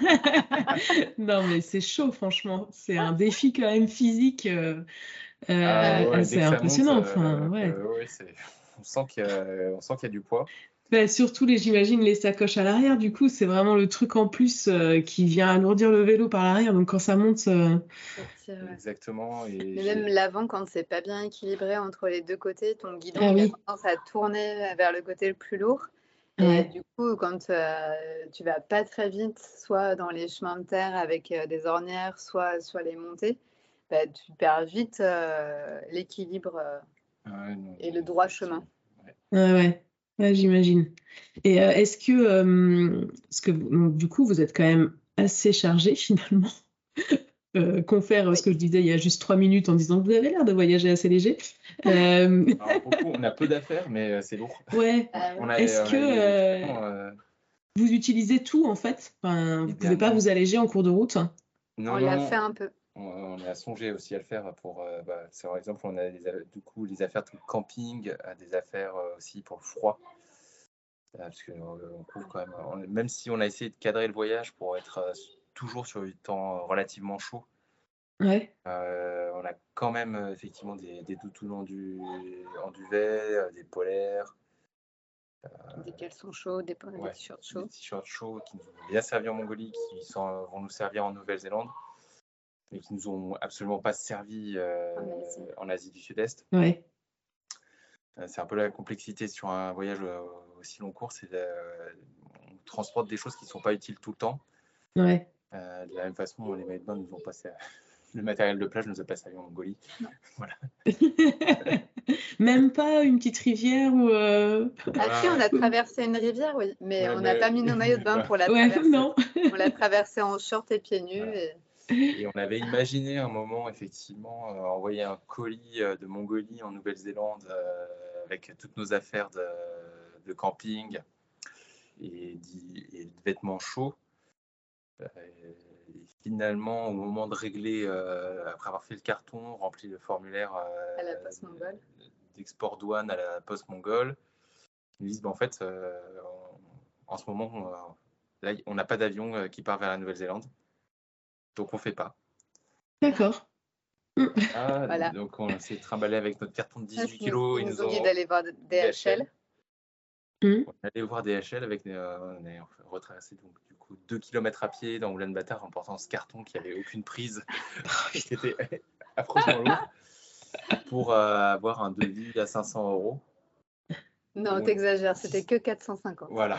Non, mais c'est chaud, franchement. C'est un défi quand même physique. Euh, Ah, euh, ouais, c'est dès que ça impressionnant. monte, Enfin, euh, ouais. euh, ouais, c'est... on sent qu'il y a, on sent qu'il y a du poids. Bah, surtout, les, j'imagine, les sacoches à l'arrière, du coup, c'est vraiment le truc en plus euh, qui vient alourdir le vélo par l'arrière. Donc, quand ça monte. euh, C'est vrai. Exactement. Et Mais j'ai- même l'avant, quand c'est pas bien équilibré entre les deux côtés, ton guidon Ah il oui. a tendance à tourner vers le côté le plus lourd. Et Ouais. du coup, quand euh, tu vas pas très vite, soit dans les chemins de terre avec euh, des ornières, soit sur les montées, bah, tu perds vite euh, l'équilibre euh, Ah ouais, non, et le droit chemin. Ouais. Ouais, ouais. Ouais, j'imagine. Et euh, est-ce que, euh, parce que donc, du coup, vous êtes quand même assez chargé finalement, euh, confère Oui. ce que je disais il y a juste trois minutes en disant que vous avez l'air de voyager assez léger. Euh, Alors, pour le coup, on a peu d'affaires, mais euh, c'est lourd. ouais. Ah On ouais. a, Est-ce on a que des- euh, effectivement, euh, vous utilisez tout en fait? Enfin, vous pouvez pas évidemment. vous alléger en cours de route? Non, On non, l'a non. fait un peu. On, on a songé aussi à le faire pour, euh, bah, c'est, par exemple, on a des, a- du coup les affaires de camping, euh, des affaires euh, aussi pour le froid. Euh, parce qu'on on couvre quand même, on- même si on a essayé de cadrer le voyage pour être euh, toujours sur du temps relativement chaud, Ouais. euh, on a quand même euh, effectivement des, des doudounes en, du, en duvet, euh, des polaires. Des caleçons chauds, des, des Ouais, t-shirts des chauds. t-shirts chauds qui nous ont bien servi en Mongolie, qui sont, vont nous servir en Nouvelle-Zélande, mais qui nous ont absolument pas servi euh, En Asie. en Asie du Sud-Est. Ouais. Euh, C'est un peu la complexité sur un voyage euh, aussi long cours, c'est euh, on transporte des choses qui ne sont pas utiles tout le temps. Ouais. Euh, de la même façon, les maillots de bain nous ont passé, à- le matériel de plage nous a pas servi en Mongolie. Non. Voilà. Même pas une petite rivière ou. euh, Ah si, on a traversé une rivière, oui, mais Ouais, on n'a mais- pas mis nos maillots de bain bah, pour la Ouais, traverser. non. On l'a traversée en short et pieds nus. Voilà. Et... Et on avait imaginé un moment, effectivement, euh, envoyer un colis euh, de Mongolie en Nouvelle-Zélande euh, avec toutes nos affaires de, de camping et, d'y- et de vêtements chauds. Euh, et finalement, au moment de régler, euh, après avoir fait le carton, rempli le formulaire euh, À la poste mongole. d'export douane à la poste mongole, ils nous disent bah, en fait, euh, en, en ce moment, on, là, on n'a pas d'avion euh, qui part vers la Nouvelle-Zélande, donc on ne fait pas. D'accord. Ah, Voilà. donc on s'est trimballé avec notre carton de dix-huit Ils nous, kilos. ils nous ont dit d'aller voir D H L. Mm. On est allé voir D H L avec, euh, on a retraversé donc du coup deux kilomètres à pied dans Oulan-Batar en portant ce carton qui avait aucune prise, qui était affreusement lourd, pour euh, avoir un devis à cinq cents euros. Non, Bon, t'exagères, c'était que quatre cent cinquante. Voilà.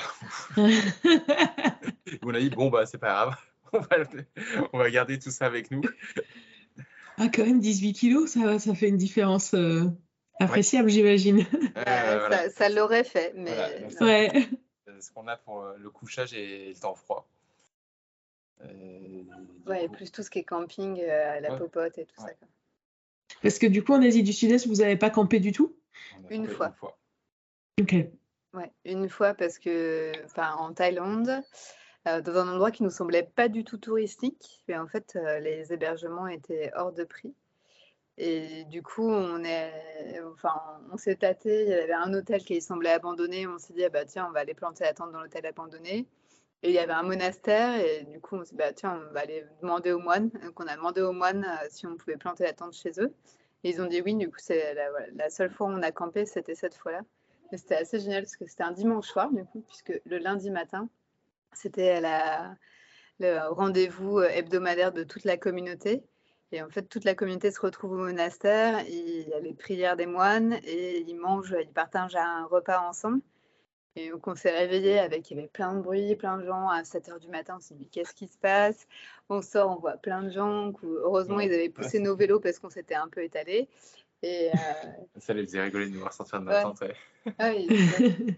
On a dit bon bah c'est pas grave, on va, on va garder tout ça avec nous. Ah, quand même, dix-huit kilos, ça, ça fait une différence euh, appréciable, j'imagine. Euh, Bah, voilà. ça ça l'aurait fait, mais Voilà, donc non. ça, Ouais. c'est ce qu'on a pour euh, le couchage et le temps froid. Euh, du Ouais, et coup, plus tout ce qui est camping, euh, la Ouais. popote et tout Ouais. ça. quoi. Parce que du coup, en Asie du Sud-Est, vous n'avez pas campé du tout? on a Une campé fois. une fois. Ok. Ouais, une fois parce que, enfin, en Thaïlande, euh, dans un endroit qui nous semblait pas du tout touristique, mais en fait, euh, les hébergements étaient hors de prix. Et du coup, on est, enfin, on s'est tâté. Il y avait un hôtel qui semblait abandonné. On s'est dit, ah bah tiens, on va aller planter la tente dans l'hôtel abandonné. Et il y avait un monastère. Et du coup, on s'est dit, bah tiens, on va aller demander aux moines. Donc, on a demandé aux moines euh, si on pouvait planter la tente chez eux. Et ils ont dit oui. Du coup, c'est la, voilà, la seule fois où on a campé, c'était cette fois-là. Mais c'était assez génial parce que c'était un dimanche soir, du coup, puisque le lundi matin, c'était la, le rendez-vous hebdomadaire de toute la communauté. Et en fait, toute la communauté se retrouve au monastère, il y a les prières des moines et ils mangent, ils partagent un repas ensemble. Et donc, on s'est réveillés avec, il y avait plein de bruit, plein de gens. À sept heures du matin, on s'est dit, qu'est-ce qui se passe? On sort, on voit plein de gens. Heureusement, ils avaient poussé nos vélos parce qu'on s'était un peu étalés. Et, euh, Ça les faisait rigoler de nous voir sortir de notre ouais. tente. Ouais. Ah oui,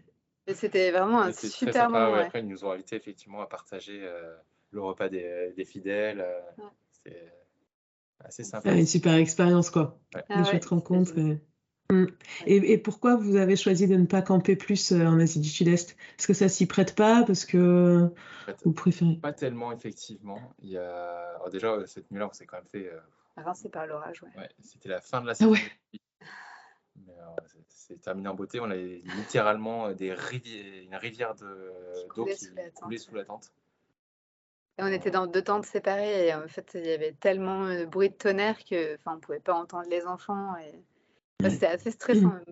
Et c'était vraiment un C'était très super sympa. moment. Ouais. Ouais. Après, ils nous ont invités effectivement à partager euh, le repas des, des fidèles. euh, Ouais. C'était assez Ah, sympa. une super expérience, quoi. Ouais. Ah Des ouais, chouettes rencontres. j'imagine. et- Mm. Et, et pourquoi vous avez choisi de ne pas camper plus euh, en Asie du Sud-Est? Est-ce que ça s'y prête pas? Parce que En fait, vous préférez? pas tellement, effectivement. Il y a... Alors déjà, euh, cette nuit-là, on s'est quand même fait... euh, Rincé par l'orage, ouais. ouais, c'était la fin de la Ah saison ouais. des pluies. Mais alors, c'est- c'est terminé en beauté. On avait littéralement euh, des rivières, une rivière de- d'eau coulait qui sous la tente, coulait sous la tente. Et on était dans deux tentes séparées et en fait, il y avait tellement de bruit de tonnerre que, enfin, on pouvait pas entendre les enfants et enfin, c'était assez stressant. même.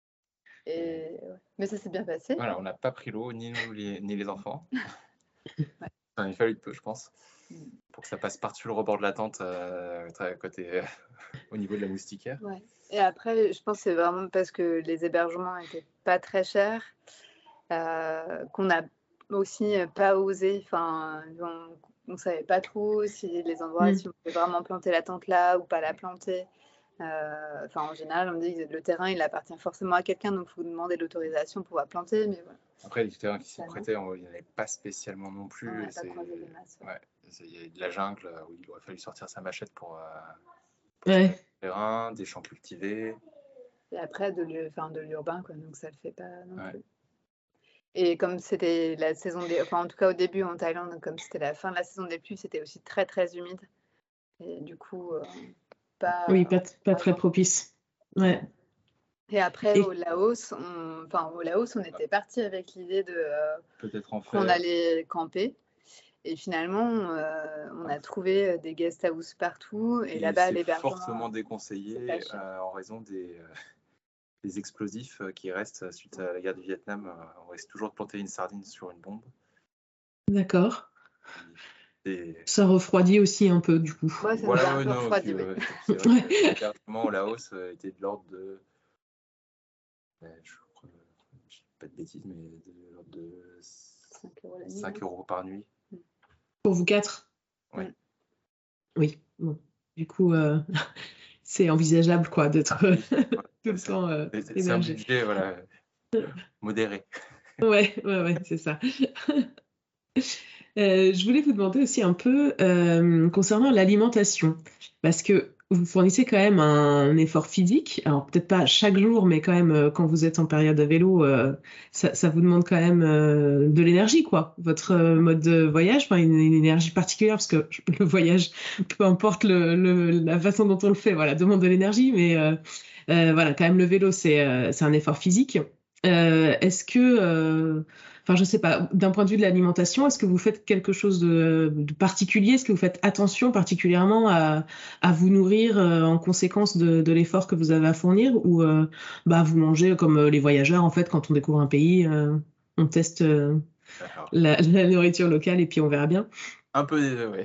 Et ouais. Mais ça s'est bien passé. Voilà, on n'a pas pris l'eau, ni nous, les- ni les enfants. Ouais. Il en a fallu de peu, je pense, Mm. pour que ça passe par-dessus le rebord de la tente, euh, très- côté, euh, au niveau de la moustiquaire. Ouais. Et après, je pense que c'est vraiment parce que les hébergements étaient pas très chers euh, qu'on n'a aussi euh, pas osé. Enfin, on, on savait pas trop si les endroits, Mm. si on pouvait vraiment planter la tente là ou pas la planter. Euh, Enfin, en général, on me dit que le terrain, il appartient forcément à quelqu'un, donc il faut demander l'autorisation pour pouvoir planter. Mais voilà, Après, les terrains qui s'y Ça, non. prêtaient, on- il n'y en avait pas spécialement non on plus. n'a pas C'est- croisé des masses. Ouais. ouais, c'est- il y a de la jungle euh, où il aurait fallu sortir sa machette pour, euh, pour Ouais. explorer le terrain, des champs cultivés. Et après, de l'u- enfin, de l'urbain, quoi, donc ça le fait pas non Ouais. plus. Et comme c'était la saison des... Enfin, en tout cas, au début, en Thaïlande, comme c'était la fin de la saison des pluies, c'était aussi très, très humide. Et du coup, euh, pas... Oui, pas, pas très propice. Ouais. Et après, Et au Laos, on... Enfin, au Laos, on était parti avec l'idée de euh, Peut-être en qu'on faire. allait camper. Et finalement, euh, on a trouvé euh, des guest house partout. Et, Et là-bas, c'est l'hébergement, fortement c'est déconseillé pas cher. euh, en raison des, euh, des explosifs euh, qui restent suite à la guerre du Vietnam. Euh, on risque toujours de planter une sardine sur une bombe. d'accord. Et Ça refroidit aussi un peu, du coup. Moi, ça nous a voilà, un ouais, peu non, refroidi, puis, oui. euh, c'est vrai que Ouais. l'hébergement au Laos euh, était de l'ordre de, euh, je crois, je dis pas de bêtises, mais de l'ordre de cinq euros la nuit. cinq non euros par nuit. Pour vous quatre? Ouais. Mm. Oui. Bon. Du coup, euh, c'est envisageable, quoi, d'être Oui, voilà, tout le c'est- temps euh, c'est- c'est un hébergé. budget, voilà, modéré. Ouais, ouais, ouais, c'est ça. Euh, je voulais vous demander aussi un peu euh, concernant l'alimentation, parce que vous fournissez quand même un effort physique, alors peut-être pas chaque jour, mais quand même euh, quand vous êtes en période de vélo, euh, ça, ça vous demande quand même euh, de l'énergie, quoi. Votre euh, mode de voyage, enfin, une, une énergie particulière, parce que le voyage, peu importe le, le- la façon dont on le fait, voilà, demande de l'énergie, mais euh, euh, voilà, quand même le vélo, c'est euh, c'est un effort physique. Euh, est-ce que euh, Enfin, je sais pas, d'un point de vue de l'alimentation, est-ce que vous faites quelque chose de, de particulier? Est-ce que vous faites attention particulièrement à, à vous nourrir euh, en conséquence de, de l'effort que vous avez à fournir ou euh, bah, vous mangez comme euh, les voyageurs, en fait, quand on découvre un pays, euh, on teste euh, Alors, la, la nourriture locale et puis on verra bien. un peu des deux, ouais.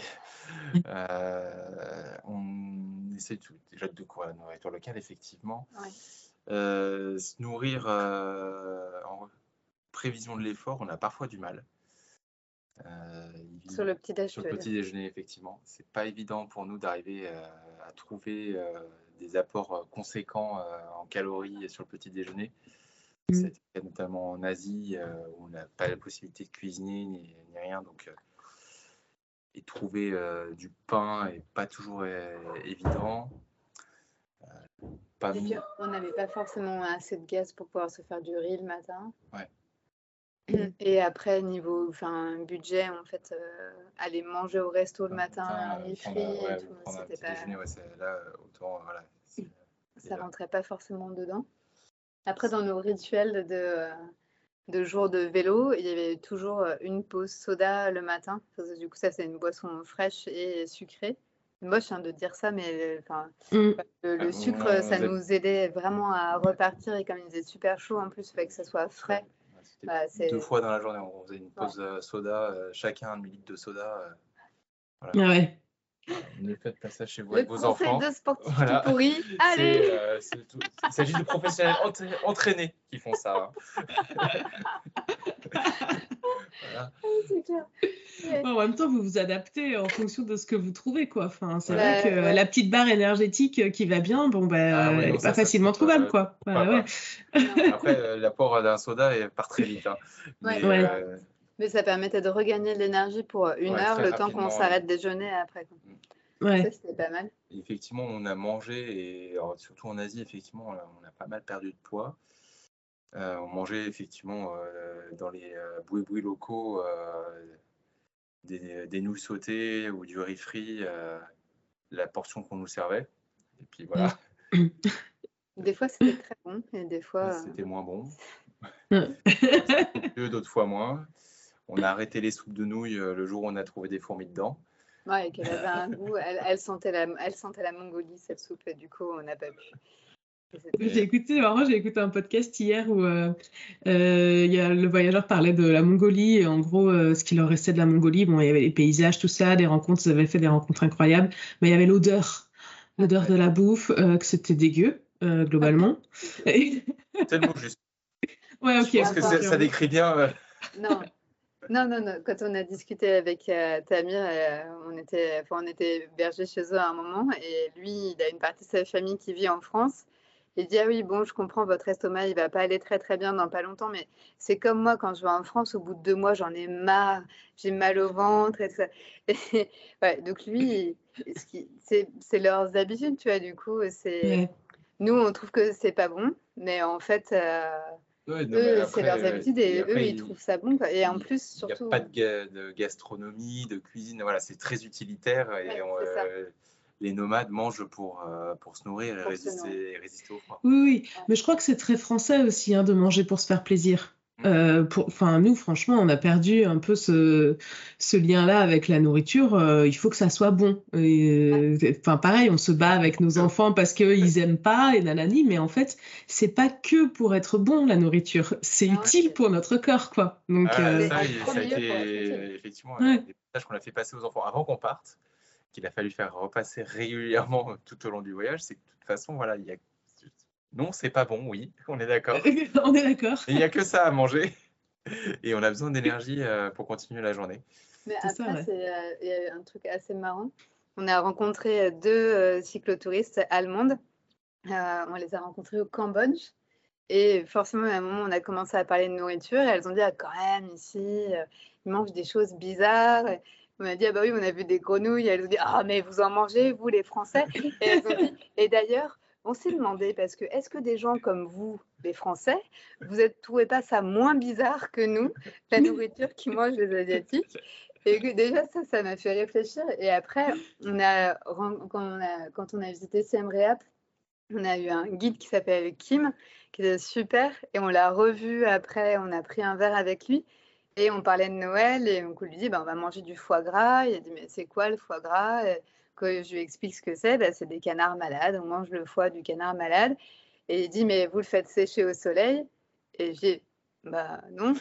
Euh, on essaie tout, déjà de découvrir la nourriture locale, effectivement. Ouais. Euh, se nourrir euh, en prévision de l'effort, on a parfois du mal. Euh, il- Sur le petit déj, sur tu le veux dire. petit déjeuner, effectivement. C'est pas évident pour nous d'arriver euh, à trouver euh, des apports euh, conséquents euh, en calories sur le petit déjeuner. Mm. C'est le cas notamment en Asie euh, où on n'a pas la possibilité de cuisiner ni, ni rien. Donc, euh, et trouver euh, du pain n'est pas toujours euh, évident. Euh, pas Et puis, on n'avait pas forcément assez de gaz pour pouvoir se faire du riz le matin. Ouais. Et après, niveau enfin, budget, en fait, euh, aller manger au resto le Le matin, un euh, riz prendre, frit ouais, et tout, prendre un c'était petit pas, déjeuner, ouais, c'est- là, euh, autant, voilà. c'est- ça et là, rentrait pas forcément dedans. Après, dans nos rituels de, euh, de jour de vélo, il y avait toujours euh, une pause soda le matin. Parce que, du coup, ça, c'est une boisson fraîche et sucrée. Moche hein, de dire ça, mais euh, enfin, Mm. le, le Ouais, sucre, on- ça on- nous aidait vraiment à repartir. Et comme il faisait super chaud, en plus, il fallait que ça soit frais. ouais, c'était Bah, c'est- deux fois dans la journée, on faisait une pause euh, soda, euh, chacun un demi-litre de soda. euh, Ah ouais. voilà. Ne faites pas ça chez vous Le avec vos conseil enfants. de sportif Voilà. tout pourri. Allez. C'est, euh, c'est tout- Il s'agit de professionnels entra- entraînés qui font ça. hein. Voilà. C'est clair. Ouais. Bon, en même temps, vous vous adaptez en fonction de ce que vous trouvez, quoi. Enfin, c'est Ouais, vrai que ouais. la petite barre énergétique qui va bien, bon, ben, Ah oui, elle non, n'est ça, pas ça se facilement trouve, trouvable, euh, quoi. pas, Ouais, pas. Non. Après, euh, l'apport d'un soda il part très vite. Hein. Ouais. Mais, Ouais. euh, Mais ça permettait de regagner de l'énergie pour une ouais, heure, très le temps qu'on rapidement. s'arrête déjeuner après. quoi. Ça, ouais. c'était pas mal. Et effectivement, on a mangé, et alors, surtout en Asie, effectivement, on a, on a pas mal perdu de poids. Euh, on mangeait effectivement euh, dans les euh, boui-boui locaux euh, des, des nouilles sautées ou du riz frit, euh, la portion qu'on nous servait. Et puis voilà, Des fois, c'était très bon et des fois. euh, c'était moins bon. Ouais. C'était mieux, d'autres fois moins. On a arrêté les soupes de nouilles euh, le jour où on a trouvé des fourmis dedans. Ouais, et qu'elle avait un goût. Elle, elle sentait la, elle sentait la Mongolie, cette soupe, et du coup, on n'a pas pu. Et c'était- J'ai écouté, alors, j'ai écouté un podcast hier où euh, euh, il y a, le voyageur parlait de la Mongolie et en gros, euh, ce qui leur restait de la Mongolie, bon, il y avait les paysages, tout ça, des rencontres, ils avaient fait des rencontres incroyables, mais il y avait l'odeur, l'odeur ouais. de la bouffe, euh, que c'était dégueu, euh, globalement. Et- C'est le mot juste. Ouais, ok. Je pense que Enfin, c'est- ça décrit bien. euh, Non, non, non, non. Quand on a discuté avec euh, Tamir, euh, on était, enfin, on était hébergés chez eux à un moment, et lui, il a une partie de sa famille qui vit en France. Il dit, ah oui, bon, je comprends, votre estomac, il va pas aller très très bien dans pas longtemps, mais c'est comme moi, quand je vais en France, au bout de deux mois, j'en ai marre, j'ai mal au ventre et tout ça. Et, ouais, donc lui, il- ce qui- c'est c'est leurs habitudes, tu vois, du coup, c'est... Ouais. Nous, on trouve que c'est pas bon, mais en fait... euh, Ouais, non, mais eux, c'est après, leurs euh, habitudes et et eux, après, ils trouvent ça bon, quoi. Et en il plus, n'y a surtout, pas de, ga- de gastronomie, de cuisine. Voilà, c'est très utilitaire et ouais, on, c'est ça, euh, les nomades mangent pour, euh, pour se nourrir et pour se nourrir. résister, et résister au froid. Oui, oui, Ouais. mais je crois que c'est très français aussi hein, de manger pour se faire plaisir. Mm. Euh, pour, enfin, nous, franchement, on a perdu un peu ce, ce lien-là avec la nourriture. Euh, il faut que ça soit bon. Et, euh, enfin, pareil, on se bat avec nos enfants parce qu'ils aiment pas et nanani, mais en fait, c'est pas que pour être bon la nourriture. C'est Non, utile c'est- pour notre corps, quoi. Donc, Ah, euh, Mais ça, en il- ça a premier lieu, été pour être utile. effectivement ouais, un des messages qu'on a fait passer aux enfants avant qu'on parte, qu'il a fallu faire repasser régulièrement tout au long du voyage. C'est que de toute façon, voilà, il y a... non, c'est pas bon, oui, on est d'accord. on est d'accord. Mais il n'y a que ça à manger et on a besoin d'énergie euh, pour continuer la journée. Mais C'est ça, après, ouais. c'est, euh, il y a un truc assez marrant. On a rencontré euh, deux euh, cyclotouristes allemandes. Euh, on les a rencontrés au Cambodge. Et forcément, à un moment, on a commencé à parler de nourriture. Et elles ont dit, ah, quand même, ici, euh, ils mangent des choses bizarres. Et on a dit, ah bah oui, on a vu des grenouilles. Et elles ont dit, ah, mais vous en mangez, vous, les Français. Et elles ont dit, et d'ailleurs, on s'est demandé, parce que est-ce que des gens comme vous, les Français, vous ne trouvez pas ça moins bizarre que nous, la nourriture qu'ils mangent les Asiatiques? Et que déjà, ça, ça m'a fait réfléchir. Et après, on a, quand, on a, quand on a visité Siem Reap, on a eu un guide qui s'appelle Kim, qui était super, et on l'a revu après, on a pris un verre avec lui, et on parlait de Noël, et on lui dit, bah, on va manger du foie gras. Il a dit, mais c'est quoi le foie gras? Et quand je lui explique ce que c'est, bah, c'est des canards malades, on mange le foie du canard malade. Et il dit, mais vous le faites sécher au soleil? Et j'ai dit, bah non,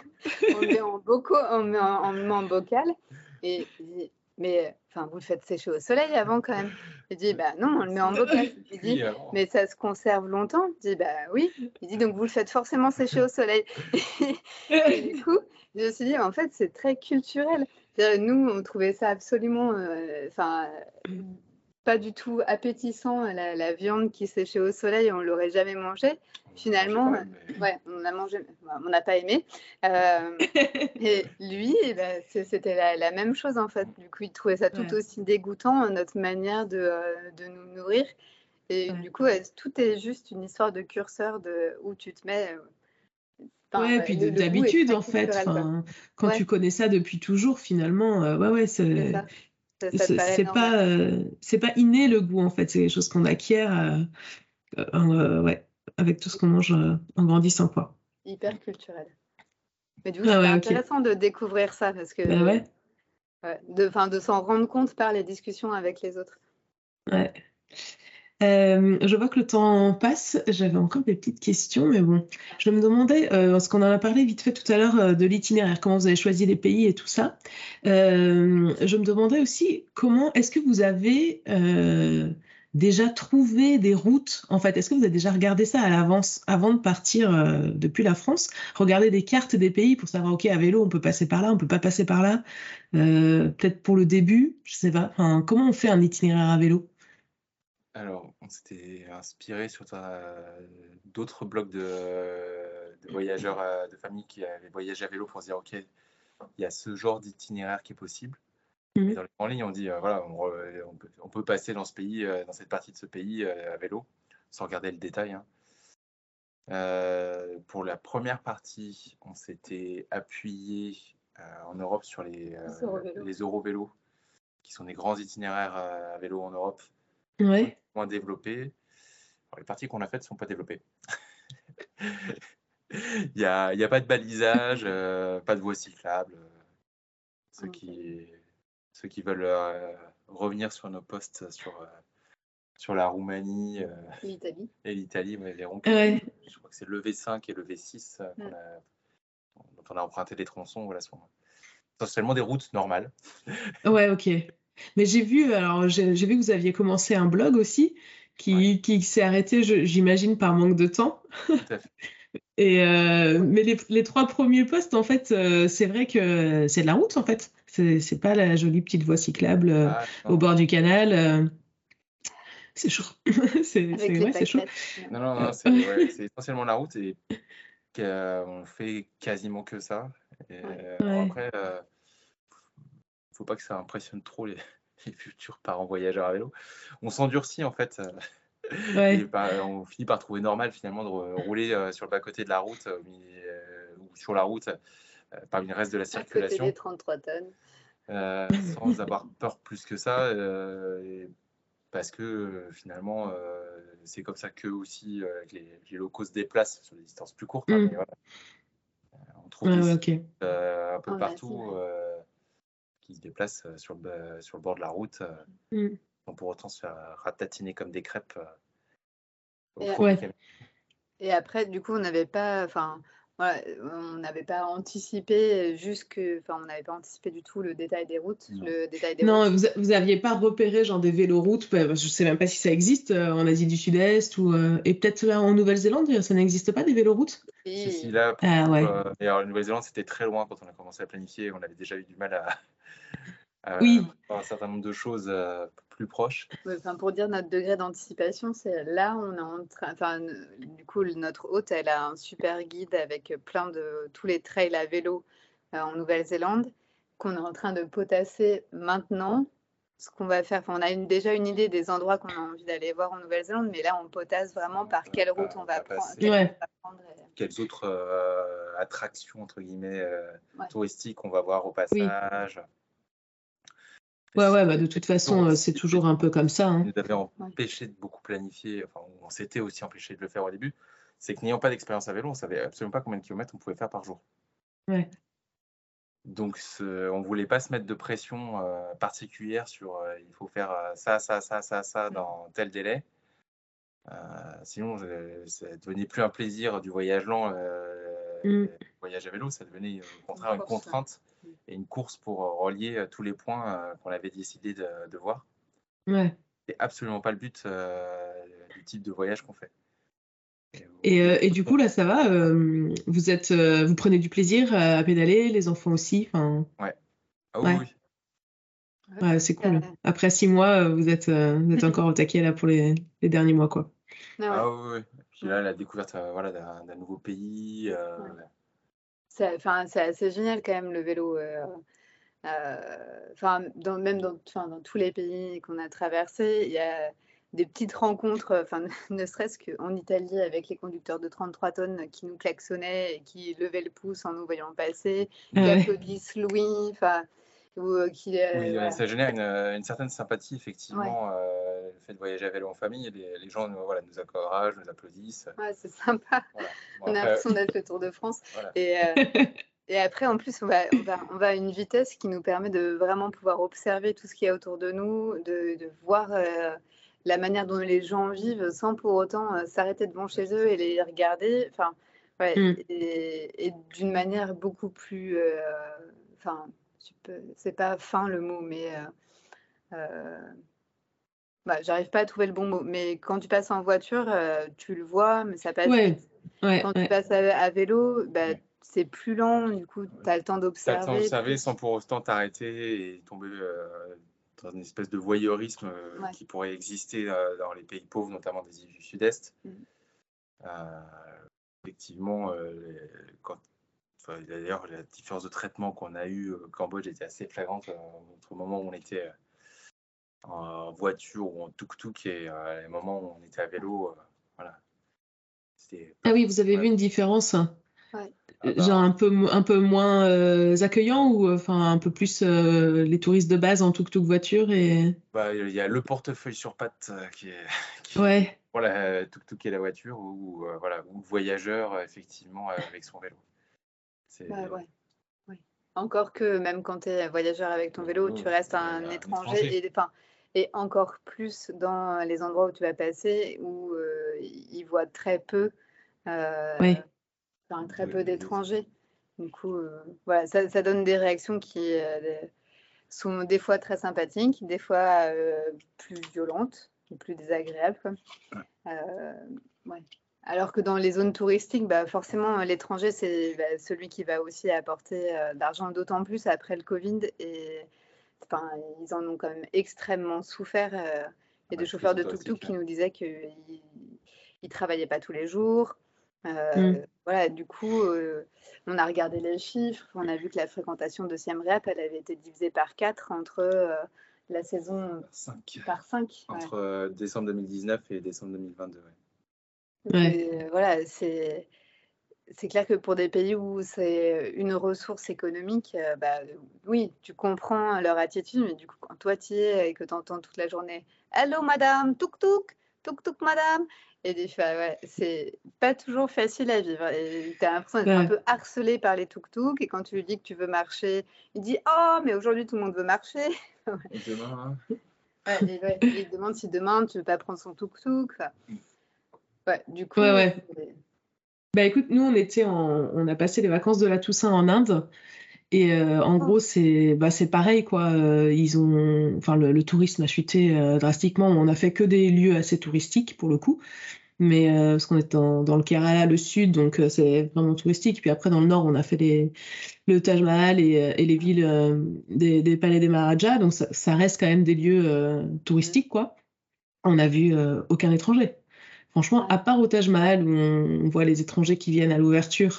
on le met en, boco, on met en, on le met en bocal, et il dit, mais enfin, vous le faites sécher au soleil avant quand même. Il dit, bah non, on le met en bocal. Il dit, Puis, avant. mais ça se conserve longtemps. Il dit, bah oui. Il dit, donc vous le faites forcément sécher au soleil. Et du coup, je me suis dit, en fait, c'est très culturel. C'est-à-dire, nous, on trouvait ça absolument, euh, enfin, pas du tout appétissant, la, la viande qui séchait au soleil, on l'aurait jamais mangé. Finalement, On mange quand même, mais- ouais, on a mangé, on n'a pas aimé. Euh, et lui, eh ben, c'est- c'était la, la même chose en fait. Du coup, il trouvait ça tout Ouais. aussi dégoûtant, notre manière de, euh, de nous nourrir. Et Ouais. du coup, ouais, tout est juste une histoire de curseur de où tu te mets. euh, enfin, Ouais, ouais, puis le- de- le goût est d'habitude très en fait. culturel, quoi. Enfin, quand Ouais, tu connais ça depuis toujours, finalement, euh, ouais, ouais, c'est c'est ça. Ça, ça te c'est paraît c'est normal. pas euh, c'est pas inné le goût en fait. C'est quelque chose qu'on acquiert, euh, euh, euh, ouais, avec tout ce qu'on mange euh, en grandissant quoi. Hyper culturel. Mais du coup, Ah c'était ouais, ok. intéressant de découvrir ça parce Bah que, ouais, ouais, de, enfin, de s'en rendre compte par les discussions avec les autres. ouais. Euh, je vois que le temps passe. J'avais encore des petites questions, mais bon, je me demandais, euh, parce qu'on en a parlé vite fait tout à l'heure euh, de l'itinéraire, comment vous avez choisi les pays et tout ça. Euh, je me demandais aussi comment est-ce que vous avez euh, déjà trouver des routes, en fait? Est-ce que vous avez déjà regardé ça à l'avance, avant de partir euh, depuis la France? Regarder des cartes des pays pour savoir, OK, à vélo, on peut passer par là, on peut pas passer par là. Euh, peut-être pour le début, je sais pas. Enfin, comment on fait un itinéraire à vélo? Alors, on s'était inspiré sur euh, d'autres blogs de, de voyageurs, euh, de familles qui avaient voyagé à vélo pour se dire, OK, il y a ce genre d'itinéraire qui est possible. Mhm. Et dans les grandes lignes, on dit, euh, voilà, on, on, peut, on, peut, passer dans ce pays, euh, dans cette partie de ce pays euh, à vélo, sans regarder le détail. Hein. Euh, pour la première partie, on s'était appuyé euh, en Europe sur les, euh, Eurovélo. les Eurovélos, qui sont des grands itinéraires euh, à vélo en Europe, Ouais. moins développés. Alors, les parties qu'on a faites ne sont pas développées. Il n'y a, a pas de balisage, euh, pas de voie cyclable. Ceux qui, ceux qui veulent euh, revenir sur nos postes sur, euh, sur la Roumanie euh, L'Italie. et l'Italie, ouais, verront que Ouais. je crois que c'est le V cinq et le V six euh, qu'on a, dont on a emprunté des tronçons. Voilà, sont essentiellement des routes normales. Ouais, ok. Mais j'ai vu, alors j'ai j'ai vu que vous aviez commencé un blog aussi qui, Ouais. qui s'est arrêté, je- j'imagine, par manque de temps. Tout à fait. Et euh, mais les, les trois premiers posts, en fait, euh, c'est vrai que c'est de la route, en fait. C'est c'est pas la jolie petite voie cyclable euh, Ah, au non. bord du canal. euh, c'est chaud. c'est Avec c'est- les ouais, c'est chaud. pâquerettes. Non, non, non, Euh, c'est ouais, c'est essentiellement la route et euh, on fait quasiment que ça. Et, Ouais. euh, alors ouais. après, euh, faut pas que ça impressionne trop les, les futurs parents voyageurs à vélo. On s'endurcit en fait. euh, Et Ouais. bah, on finit par trouver normal finalement de rouler euh, sur le bas-côté de la route euh, euh, ou sur la route euh, parmi le reste de la À côté des circulation trente-trois tonnes. euh, sans avoir peur plus que ça euh, et parce que euh, finalement euh, c'est comme ça que aussi euh, les, les locaux se déplacent sur des distances plus courtes. Hein, mais Mm. voilà, on trouve Ouais, des ouais, sites ok. euh, un peu En Asie, partout ouais. euh, qui se déplacent euh, sur le, sur le bord de la route euh, Mm. sans pour autant se faire ratatiner comme des crêpes euh, au Et, four du Ouais. camion. et après, du coup, on n'avait pas, enfin, voilà, on n'avait pas anticipé jusque, enfin, on n'avait pas anticipé du tout le détail des routes, Non. le détail des Non, routes. vous, a- vous aviez pas repéré genre des véloroutes, bah, parce que je sais même pas si ça existe euh, en Asie du Sud-Est ou euh, et peut-être là en Nouvelle-Zélande, ça n'existe pas des véloroutes? Si, si, Et là, pour le Ah coup, ouais. euh, et alors, la Nouvelle-Zélande, c'était très loin quand on a commencé à planifier. On avait déjà eu du mal à, à Oui. prévoir un certain nombre de choses euh, plus proches. ouais, enfin, pour dire notre degré d'anticipation, c'est là, on est en train, enfin, du coup, notre hôte, elle a un super guide avec plein de tous les trails à vélo euh, en Nouvelle-Zélande qu'on est en train de potasser maintenant. Ce qu'on va faire, enfin, on a une- déjà une idée des endroits qu'on a envie d'aller voir en Nouvelle-Zélande, mais là, on potasse vraiment par quelle route on On va va prendre, passer quelle route Ouais. on va prendre. et- quelles autres euh, attractions, entre guillemets, euh, Ouais. touristiques on va voir au Oui. passage. Et Ouais, ce ouais, qui bah de est toute toujours façon, euh, c'est aussi, toujours un peu comme ça, qui hein. nous avait Ouais. empêché de beaucoup planifier, enfin, on s'était aussi empêché de le faire au début, c'est que n'ayant pas d'expérience à vélo, on savait absolument pas combien de kilomètres on pouvait faire par jour. Ouais. Donc, ce, on ne voulait pas se mettre de pression euh, particulière sur euh, il faut faire euh, ça, ça, ça, ça, ça dans tel délai. Euh, sinon, je, ça devenait plus un plaisir du voyage lent, euh, Mm. le voyage à vélo, ça devenait euh, au contraire Une une course, contrainte ouais. et une course pour euh, relier euh, tous les points euh, qu'on avait décidé de, de voir. Ouais. C'est absolument pas le but euh, du type de voyage qu'on fait. Et au Et, début, euh, et du coup, là, ça va. euh, vous êtes, euh, vous prenez du plaisir à, à pédaler, les enfants aussi. Enfin, ouais. Ah oui, ouais. oui. Ouais. Ouais, c'est cool. Euh, Après six mois, euh, vous êtes, euh, vous êtes encore au taquet là pour les, les derniers mois, quoi. ah ouais. Ah oui, oui. Puis là, la découverte euh, voilà, d'un d'un nouveau pays. euh, Ouais. C'est, enfin, c'est assez génial quand même le vélo. euh, euh, Enfin, dans, même dans, enfin, dans tous les pays qu'on a traversés, il y a des petites rencontres, euh, enfin, ne serait-ce qu'en Italie avec les conducteurs de trente-trois tonnes qui nous klaxonnaient et qui levaient le pouce en nous voyant passer, Ah qui ouais. applaudissent Louis, enfin, ou euh, qui, euh, Oui, ouais, voilà. ça génère une, euh, une certaine sympathie, Ouais, effectivement, euh, le fait de voyager à vélo en famille. Les, les gens nous, voilà, nous encouragent, nous applaudissent. ouais, c'est sympa. Voilà. Bon, On a après, l'impression d'être le Tour de France. voilà. Et, euh, Et après, en plus, on va, on va, on va à une vitesse qui nous permet de vraiment pouvoir observer tout ce qu'il y a autour de nous, de, de voir euh, la manière dont les gens vivent sans pour autant euh, s'arrêter devant chez eux et les regarder. Enfin, ouais, Mm. et, et d'une manière beaucoup plus. euh, Enfin, tu peux- c'est pas fin le mot, mais euh, euh, bah, j'arrive pas à trouver le bon mot, mais quand tu passes en voiture, euh, tu le vois, mais ça passe Ouais, vite. ouais, Quand tu ouais. passes à, à vélo, bah, Ouais. c'est plus lent, du coup, tu as le temps Tu as le temps d'observer d'observer plus. sans pour autant t'arrêter et tomber euh, dans une espèce de voyeurisme euh, Ouais. qui pourrait exister euh, dans les pays pauvres, notamment des îles du Sud-Est. Mm. Euh, effectivement, euh, les- quand, enfin, d'ailleurs, la différence de traitement qu'on a eue au Cambodge était assez flagrante euh, entre le moment où on était euh, en voiture ou en tuk-tuk et euh, les moments où on était à vélo. euh, voilà. C'était Ah pas oui, vous avez vu ouais. une différence, hein. Ouais. Ah Genre ben, un peu, mo- un peu moins euh, accueillant ou euh, enfin un peu plus euh, les touristes de base en tuk-tuk voiture et bah, il y a le portefeuille sur pattes euh, qui est qui, ouais, pour la tuk-tuk et la voiture ou euh, voilà ou le voyageur euh, effectivement euh, avec son vélo. Bah, C'est ouais. Ouais. Encore que même quand tu es voyageur avec ton vélo, tu restes un un étranger étranger. et, enfin, et encore plus dans les endroits où tu vas passer où euh, ils voient très peu, euh, ouais. enfin, très Oui, peu les d'étrangers. Du coup, euh, voilà, ça, ça donne des réactions qui euh, sont des fois très sympathiques, des fois euh, plus violentes, et plus désagréables, quoi. Euh, ouais. Alors que dans les zones touristiques, bah, forcément, l'étranger, c'est bah, celui qui va aussi apporter euh, d'argent, d'autant plus après le Covid. Et enfin, ils en ont quand même extrêmement souffert. euh. Il y a Ah, des le chauffeurs tourisme de tuk-tuk touristique. qui nous disaient qu'ils ne travaillaient pas tous les jours. Mm. Euh, voilà, du coup, euh, on a regardé les chiffres, on a vu que la fréquentation de Siem Reap, elle avait été divisée par quatre entre euh, la saison cinq. par cinq. Ouais. Entre euh, décembre deux mille dix-neuf et décembre deux mille vingt-deux. Ouais. Donc, Ouais. euh, voilà, c'est c'est clair que pour des pays où c'est une ressource économique, euh, bah, oui, tu comprends leur attitude, mais du coup, quand toi tu y es et que tu entends toute la journée Hello madame, tuk tuk, tuk tuk madame, et des fois, ouais, c'est pas toujours facile à vivre. Et tu as l'impression d'être un Ouais. peu harcelé par les tuk tuk, et quand tu lui dis que tu veux marcher, il dit Oh, mais aujourd'hui tout le monde veut marcher. Et demain, hein. Ouais, et ouais, et il demande si demain tu veux pas prendre son tuk tuk. Enfin, ouais, du Ouais, coup, ouais. c'est- Bah écoute, nous on était en, on a passé les vacances de la Toussaint en Inde et euh, en oh, gros c'est, bah c'est pareil quoi. Euh, ils ont, enfin le, le tourisme a chuté euh, drastiquement. On a fait que des lieux assez touristiques pour le coup, mais euh, parce qu'on est dans, dans le Kerala, le sud, donc euh, c'est vraiment touristique. Puis après dans le nord, on a fait les, le Taj Mahal et, euh, et les villes euh, des, des palais des Maharajas, donc ça, ça reste quand même des lieux euh, mm, touristiques quoi. On n'a vu euh, aucun étranger. Franchement, ouais, à part au Taj Mahal où on, on voit les étrangers qui viennent à l'ouverture,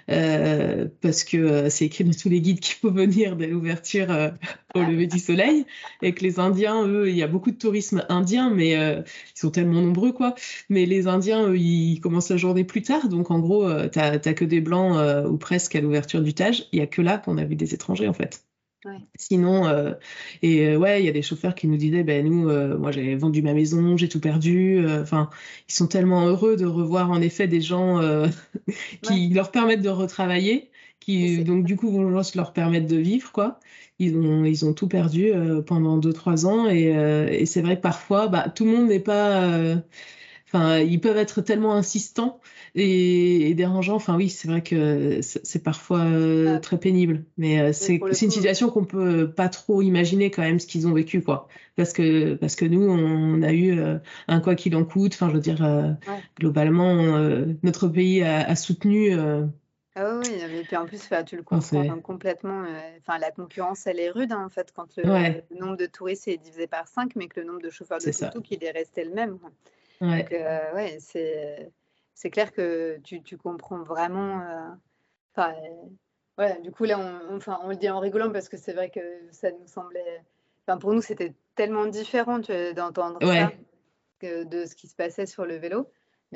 euh, parce que euh, c'est écrit dans tous les guides qu'il faut venir dès l'ouverture euh, au ah, lever du soleil, et que les Indiens, eux, il y a beaucoup de tourisme indien, mais euh, ils sont tellement nombreux, quoi. Mais les Indiens, eux, ils commencent la journée plus tard, donc en gros, euh, t'as, t'as que des blancs euh, ou presque à l'ouverture du Taj. Il y a que là qu'on a vu des étrangers, en fait. ouais. Sinon, euh, et euh, ouais, il y a des chauffeurs qui nous disaient, ben nous, euh, moi j'ai vendu ma maison, j'ai tout perdu. euh, Enfin, ils sont tellement heureux de revoir en effet des gens euh, Ouais, qui leur permettent de retravailler, et qui c'est donc du coup vont juste leur permettre de vivre, quoi. Ils ont, ils ont tout perdu euh, pendant deux, trois ans, et, euh, et c'est vrai que parfois, bah, tout le monde n'est pas, euh, enfin, ils peuvent être tellement insistants et, et dérangeants. Enfin, oui, c'est vrai que c'est c'est parfois euh, ah, très pénible, mais euh, mais c'est pour le c'est une coup, euh, situation qu'on peut pas trop imaginer quand même ce qu'ils ont vécu, quoi. Parce que parce que nous, on a eu euh, un quoi qu'il en coûte. Enfin, je veux dire, euh, ouais. globalement, euh, notre pays a, a soutenu. euh, Ah oui, oui, et puis en plus, enfin, tu le enfin, comprends c'est complètement. euh, Enfin, la concurrence, elle est rude, hein, en fait, quand le, ouais, le nombre de touristes est divisé par cinq, mais que le nombre de chauffeurs de c'est ça. tuk-tuk, il est resté le même. Donc, Ouais, euh, ouais, c'est c'est clair que tu, tu comprends vraiment. euh, Enfin, euh, ouais, du coup, là, on, on- enfin, on le dit en rigolant parce que c'est vrai que ça nous semblait. Enfin, pour nous, c'était tellement différent tu vois, d'entendre ça ouais. que de ce qui se passait sur le vélo.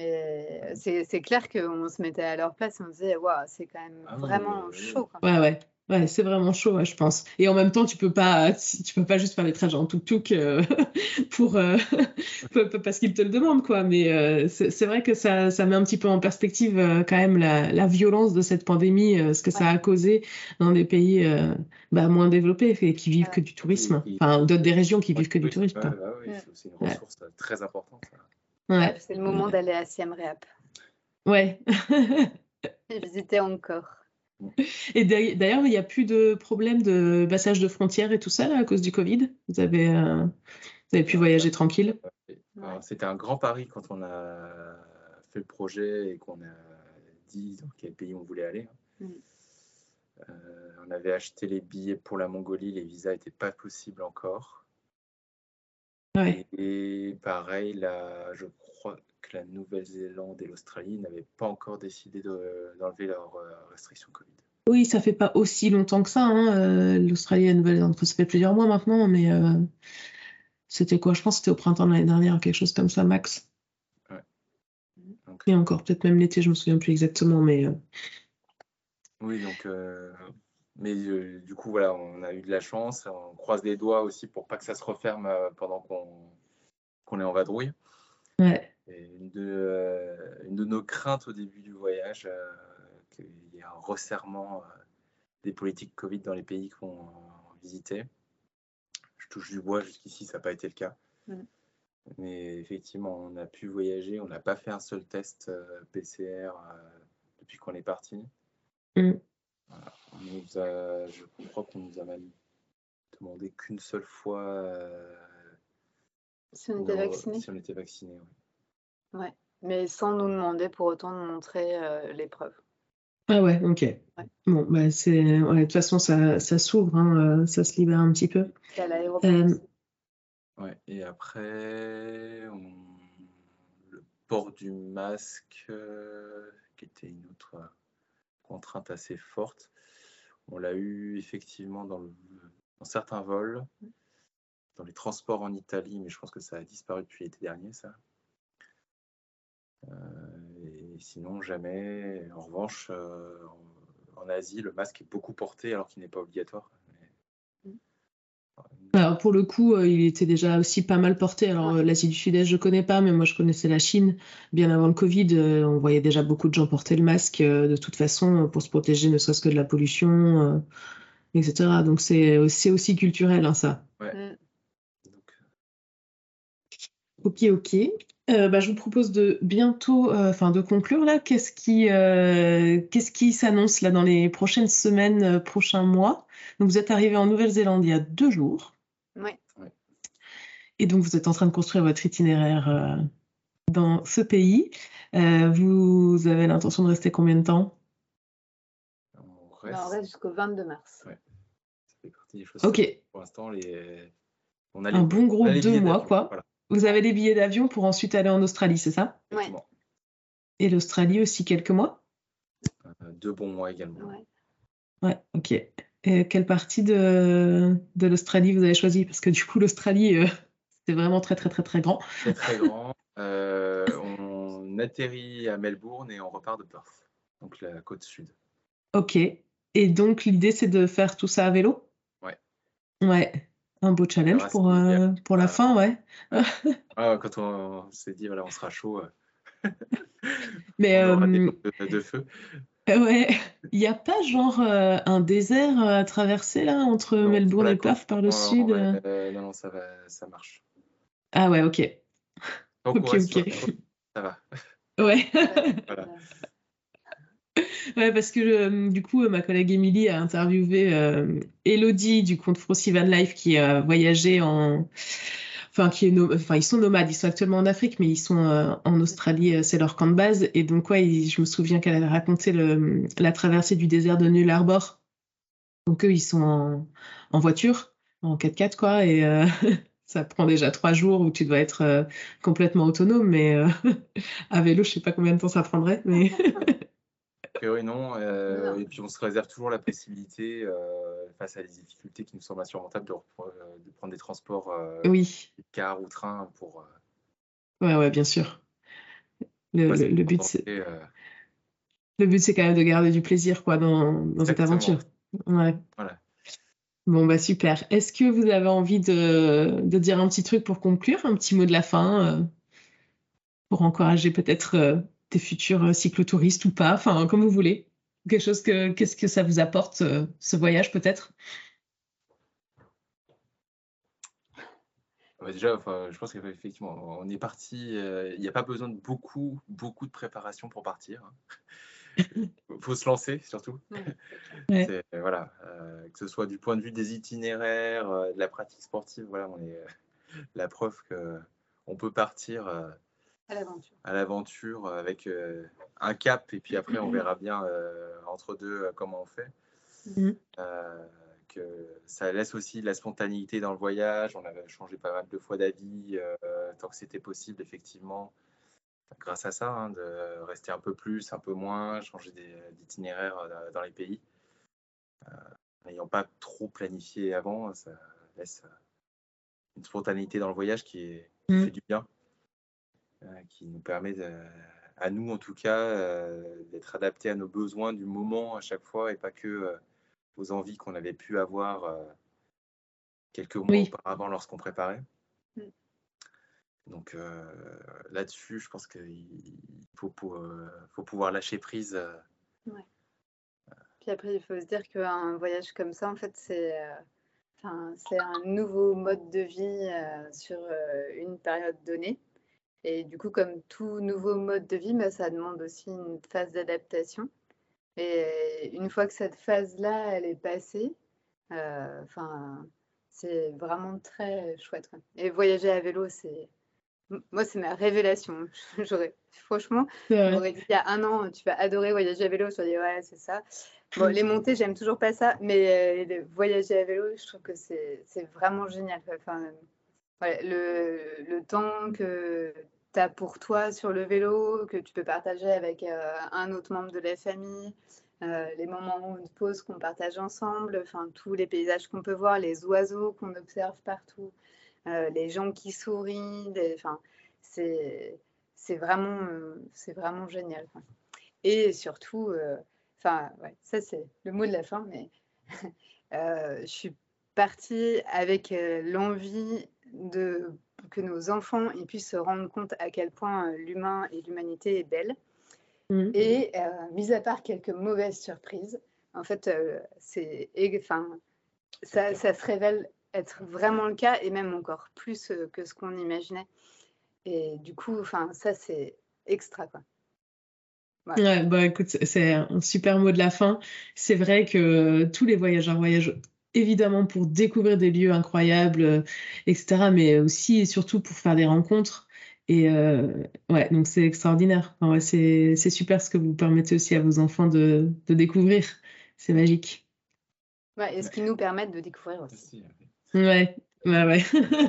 Mais c'est c'est clair qu'on se mettait à leur place et on se disait, waouh, c'est quand même Ah non, mais vraiment oui. chaud, quoi. Ouais, ouais. Ouais, c'est vraiment chaud, ouais, je pense. Et en même temps, tu peux pas, tu peux pas juste faire des trajets en tuk-tuk euh, pour, euh, parce qu'ils te le demandent, quoi. Mais euh, c'est c'est vrai que ça, ça met un petit peu en perspective euh, quand même la, la violence de cette pandémie, euh, ce que ça Ouais, a causé dans des pays euh, bah, moins développés et qui vivent que ouais. du Et, tourisme. et- Enfin, ou d'autres des régions qui ouais, vivent que du tourisme, tourisme, ouais, quoi. ouais, oui, Mm. c'est c'est une Ouais, ressource euh, très importante. Ça. Ouais, ouais, c'est le moment d'aller à Siem Reap ouais. et visiter encore. Et d'ailleurs, d'ailleurs, il n'y a plus de problème de passage de frontières et tout ça là, à cause du Covid. Vous avez, euh, Vous avez pu Alors, voyager tranquille? alors, Ouais. c'était un grand pari quand on a fait le projet et qu'on a dit dans quel pays on voulait aller. Mm. Euh, on avait acheté les billets pour la Mongolie, les visas n'étaient pas possibles encore. Ouais. Et, et pareil, là, je crois que la Nouvelle-Zélande et l'Australie n'avaient pas encore décidé de- d'enlever leurs euh, restrictions Covid. Oui, ça fait pas aussi longtemps que ça, hein, euh, l'Australie et la Nouvelle-Zélande. Enfin, ça fait plusieurs mois maintenant, mais euh, c'était quoi? Je pense que c'était au printemps de l'année dernière, quelque chose comme ça, max. Ouais. Donc, Et encore, peut-être même l'été, je me souviens plus exactement, mais euh, oui, donc, euh, mais euh, du coup, voilà, on a eu de la chance. On croise les doigts aussi pour pas que ça se referme euh, pendant qu'on qu'on est en vadrouille. ouais. Et une de, euh, une de nos craintes au début du voyage, euh, qu'il y ait un resserrement euh, des politiques Covid dans les pays qu'on visitait. Je touche du bois, jusqu'ici, ça n'a pas été le cas. Mm. Mais effectivement, on a pu voyager. On n'a pas fait un seul test euh, P C R euh, depuis qu'on est parti. Mm. Voilà. On nous a, je crois qu'on nous a même demandé qu'une seule fois euh, Si on était nos- vacciné. si on était vacciné. Ouais. Ouais. Mais sans nous demander pour autant de montrer euh, les preuves. Ah ouais, ok. Ouais. Bon, bah c'est, ouais, de toute façon, ça, ça s'ouvre, hein, euh, ça se libère un petit peu. C'est à l'aéroport Euh, aussi. Ouais. Et après, on... le port du masque, euh, qui était une autre euh, contrainte assez forte, on l'a eu effectivement dans, le... dans certains vols, dans les transports en Italie, mais je pense que ça a disparu depuis l'été dernier, ça. Euh, et sinon, jamais. En revanche, euh, en, en Asie, le masque est beaucoup porté alors qu'il n'est pas obligatoire. Mais... alors pour le coup, euh, il était déjà aussi pas mal porté. Alors Ouais. euh, l'Asie du Sud-Est, je connais pas, mais moi je connaissais la Chine. Bien avant le Covid, euh, on voyait déjà beaucoup de gens porter le masque euh, de toute façon euh, pour se protéger, ne serait-ce que de la pollution, euh, et cetera. Donc c'est c'est aussi culturel, hein, ça. Ouais. Mm. Donc, Ok, ok. Euh, bah, je vous propose de bientôt, euh, enfin de conclure là. Qu'est-ce qui, euh, qu'est-ce qui s'annonce là dans les prochaines semaines, euh, prochains mois? Donc vous êtes arrivé en Nouvelle-Zélande il y a deux jours, Ouais. ouais. et donc vous êtes en train de construire votre itinéraire euh, dans ce pays. Euh, vous avez l'intention de rester combien de temps? On Ben, reste. on reste jusqu'au vingt-deux mars. Ouais. Ça fait partie des choses. Ok, Pour l'instant, les... on, a les... un bon on gros a les deux billets mois d'avion. quoi. Voilà. Vous avez les billets d'avion pour ensuite aller en Australie, c'est ça? Ouais. Exactement. Et l'Australie aussi quelques mois? Euh, deux bons mois également. Ouais. Ouais, ok. Et quelle partie de, de l'Australie vous avez choisi? Parce que du coup, l'Australie, euh, c'était vraiment très, très, très, très grand. Très très grand. Euh, on atterrit à Melbourne et on repart de Perth, donc la côte sud. Ok. Et donc, l'idée, c'est de faire tout ça à vélo? Ouais. Ouais. Un beau On challenge verra pour, si euh, pour la ah, fin, ouais. ouais. Ah, quand on, on s'est dit voilà, on sera chaud, euh, Mais on aura des euh, jours de, de feu. ouais, il n'y a pas genre euh, un désert à traverser là entre Non, sur Melbourne la et côte, Perth par le non, sud? ouais, euh euh, non, non, ça va, ça marche. Ah ouais, ok. Tant qu'on Ok, reste sur la ok. côte, ça va. Ouais. Ouais. Voilà. Ouais, parce que euh, du coup, euh, ma collègue Émilie a interviewé euh, Elodie du compte Frosty Van Life qui a voyagé en. Enfin, qui est no- enfin, ils sont nomades, ils sont actuellement en Afrique, mais ils sont euh, en Australie, euh, c'est leur camp de base. Et donc, ouais, il- je me souviens qu'elle avait raconté le, la traversée du désert de Null Arbor. Donc, eux, ils sont en, en voiture, en quatre-quatre, quoi, et euh, ça prend déjà trois jours où tu dois être euh, complètement autonome, mais euh, à vélo, je sais pas combien de temps ça prendrait, mais. A priori, non. euh, Non. et puis, on se réserve toujours la possibilité, euh, face à des difficultés qui nous semblent insurmontables, de, repre- euh, de prendre des transports, euh, Oui, car ou train pour ouais, ouais, bien sûr. ne Le, pas se le, le mettre en but, danger. c'est, euh. le but, c'est quand même de garder du plaisir, quoi, dans, dans cette Exactement. aventure. Ouais. Voilà. Bon, bah, super. Est-ce que vous avez envie de, de dire un petit truc pour conclure, un petit mot de la fin, euh, pour encourager peut-être euh, des futurs euh, cyclotouristes ou pas, enfin, comme vous voulez. Quelque chose que, qu'est-ce que ça vous apporte, euh, ce voyage, peut-être? Ouais, déjà, enfin, je pense qu'effectivement, on est parti. euh, Il n'y a pas besoin de beaucoup, beaucoup de préparation pour partir. Il faut se lancer, surtout. Ouais, c'est clair. Ouais. C'est, voilà, euh, que ce soit du point de vue des itinéraires, euh, de la pratique sportive, voilà, on est, la preuve qu'on peut partir euh, à l'aventure. à l'aventure avec euh, un cap, et puis après, on verra bien euh, entre deux euh, comment on fait. Mmh. Euh, que ça laisse aussi de la spontanéité dans le voyage. On avait changé pas mal de fois d'avis, euh, tant que c'était possible, effectivement, grâce à ça, hein, de rester un peu plus, un peu moins, changer des, d'itinéraire euh, dans les pays. Euh, n'ayant pas trop planifié avant, ça laisse une spontanéité dans le voyage qui, est, qui Mmh. fait du bien, euh, qui nous permet, de, à nous en tout cas, euh, d'être adaptés à nos besoins du moment à chaque fois, et pas que euh, aux envies qu'on avait pu avoir euh, quelques mois Oui. auparavant lorsqu'on préparait. Mm. Donc euh, là-dessus, je pense qu'il faut, pour, euh, faut pouvoir lâcher prise. Euh, ouais. Puis après, il faut se dire qu'un voyage comme ça, en fait, c'est, euh, enfin, c'est un nouveau mode de vie euh, sur euh, une période donnée. Et du coup, comme tout nouveau mode de vie, bah, ça demande aussi une phase d'adaptation. Et une fois que cette phase-là, elle est passée, euh, enfin, c'est vraiment très chouette, quoi. Et voyager à vélo, c'est, moi, c'est ma révélation. J'aurais, franchement, C'est tu vrai. m'aurais dit il y a un an, tu vas adorer voyager à vélo. Je me dis ouais, c'est ça. Bon, les montées, j'aime toujours pas ça, mais euh, voyager à vélo, je trouve que c'est, c'est vraiment génial. Enfin, ouais, le, le temps que tu as pour toi sur le vélo, que tu peux partager avec euh, un autre membre de la famille, euh, les moments de pause qu'on partage ensemble, enfin, tous les paysages qu'on peut voir, les oiseaux qu'on observe partout, euh, les gens qui sourient, des, enfin, c'est, c'est, vraiment, euh, c'est vraiment génial, quoi. Et surtout, euh, enfin, ouais, ça c'est le mot de la fin, mais euh, je suis partie avec euh, l'envie de que nos enfants ils puissent se rendre compte à quel point euh, l'humain et l'humanité est belle. Mmh. Et euh, mis à part quelques mauvaises surprises, en fait, euh, c'est, enfin, ça, ça se révèle être vraiment le cas, et même encore plus euh, que ce qu'on imaginait. Et du coup, enfin, ça c'est extra, quoi. Ouais. Ouais, bah écoute, c'est un super mot de la fin. C'est vrai que tous les voyageurs voyagent évidemment pour découvrir des lieux incroyables, euh, et cetera, mais aussi et surtout pour faire des rencontres. Et euh, ouais, donc c'est extraordinaire. Enfin, ouais, c'est, c'est super ce que vous permettez aussi à vos enfants de, de découvrir. C'est magique. Ouais, et ce qui nous permet de découvrir aussi. Ouais, ouais, ouais.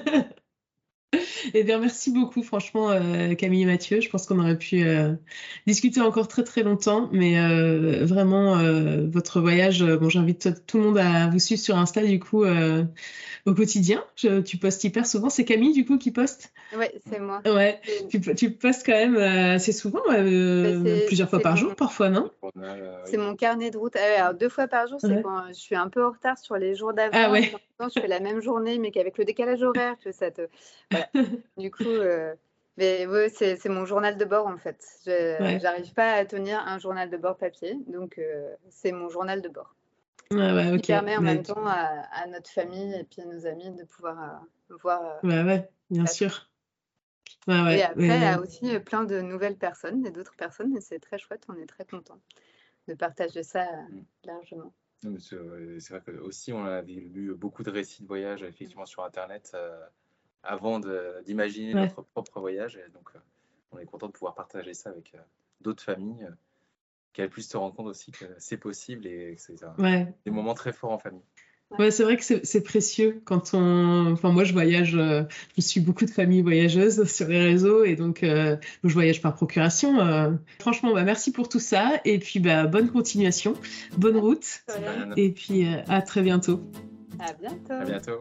Eh bien, merci beaucoup, franchement, euh, Camille et Mathieu. Je pense qu'on aurait pu euh, discuter encore très très longtemps, mais euh, vraiment, euh, votre voyage, euh, bon, j'invite tout le monde à vous suivre sur Insta, du coup, euh, au quotidien. Je- tu postes hyper souvent. C'est Camille, du coup, qui poste? Ouais, c'est moi. Ouais, C'est, tu, tu postes quand même euh, assez souvent, euh, bah, c'est, plusieurs fois c'est par mon, jour, parfois, non? journal, euh, c'est oui. mon carnet de route. Euh, alors, deux fois par jour, c'est Ouais. quand je suis un peu en retard sur les jours Ah d'avant, et ouais. quand temps, je fais la même journée, mais qu'avec le décalage horaire, que ça te... Voilà. Du coup, euh, mais ouais, c'est, c'est mon journal de bord, en fait. Je Ouais, j'arrive pas à tenir un journal de bord papier, donc euh, c'est mon journal de bord. ouais, ouais, Qui ok. permet en Bah, même temps à, à notre famille et puis à nos amis de pouvoir euh, voir euh, ouais, ouais, bien la France. sûr. Ouais, Et ouais. après, Mais, à aussi euh, plein de nouvelles personnes et d'autres personnes, et c'est très chouette, on est très contents de partager ça euh, Mm. largement. Non, mais c'est euh, c'est vrai que aussi on avait lu beaucoup de récits de voyage effectivement sur Internet euh, avant de- d'imaginer ouais. notre propre voyage, et donc euh, on est content de pouvoir partager ça avec euh, d'autres familles, euh, qu'elles puissent se rendre compte aussi que c'est possible et que c'est un- Ouais. des moments très forts en famille. Ouais, c'est vrai que c'est c'est précieux quand on... Enfin, moi, je voyage, euh, je suis beaucoup de familles voyageuses sur les réseaux et donc euh, je voyage par procuration. euh. Franchement, bah, merci pour tout ça et puis bah, bonne continuation, bonne route Florian, et puis euh, à très bientôt. à bientôt. À bientôt.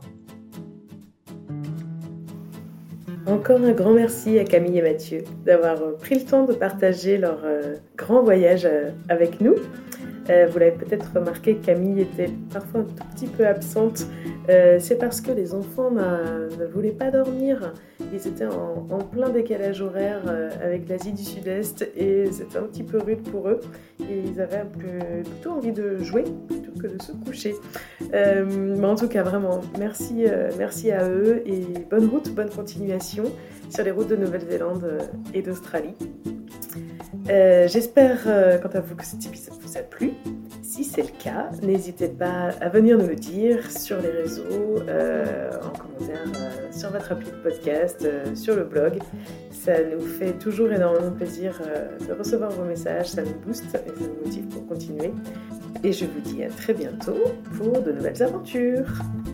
Encore un grand merci à Camille et Mathieu d'avoir euh, pris le temps de partager leur euh, grand voyage euh, avec nous. Euh, vous l'avez peut-être remarqué, Camille était parfois un tout petit peu absente. Euh, c'est parce que les enfants ne voulaient pas dormir. Ils étaient en, en plein décalage horaire euh, avec l'Asie du Sud-Est et c'était un petit peu rude pour eux. Et ils avaient un peu, plutôt envie de jouer plutôt que de se coucher. Euh, mais en tout cas, vraiment, merci, euh, merci à eux et bonne route, bonne continuation sur les routes de Nouvelle-Zélande euh, et d'Australie. Euh, j'espère, euh, quant à vous, que cet épisode vous a plu. Si Si c'est le cas, n'hésitez pas à venir nous le dire sur les réseaux, euh, en commentaire euh, sur votre appli de podcast, euh, sur le blog. Ça nous fait toujours énormément plaisir euh, de recevoir vos messages, ça nous booste et ça nous motive pour continuer. Et je vous dis à très bientôt pour de nouvelles aventures.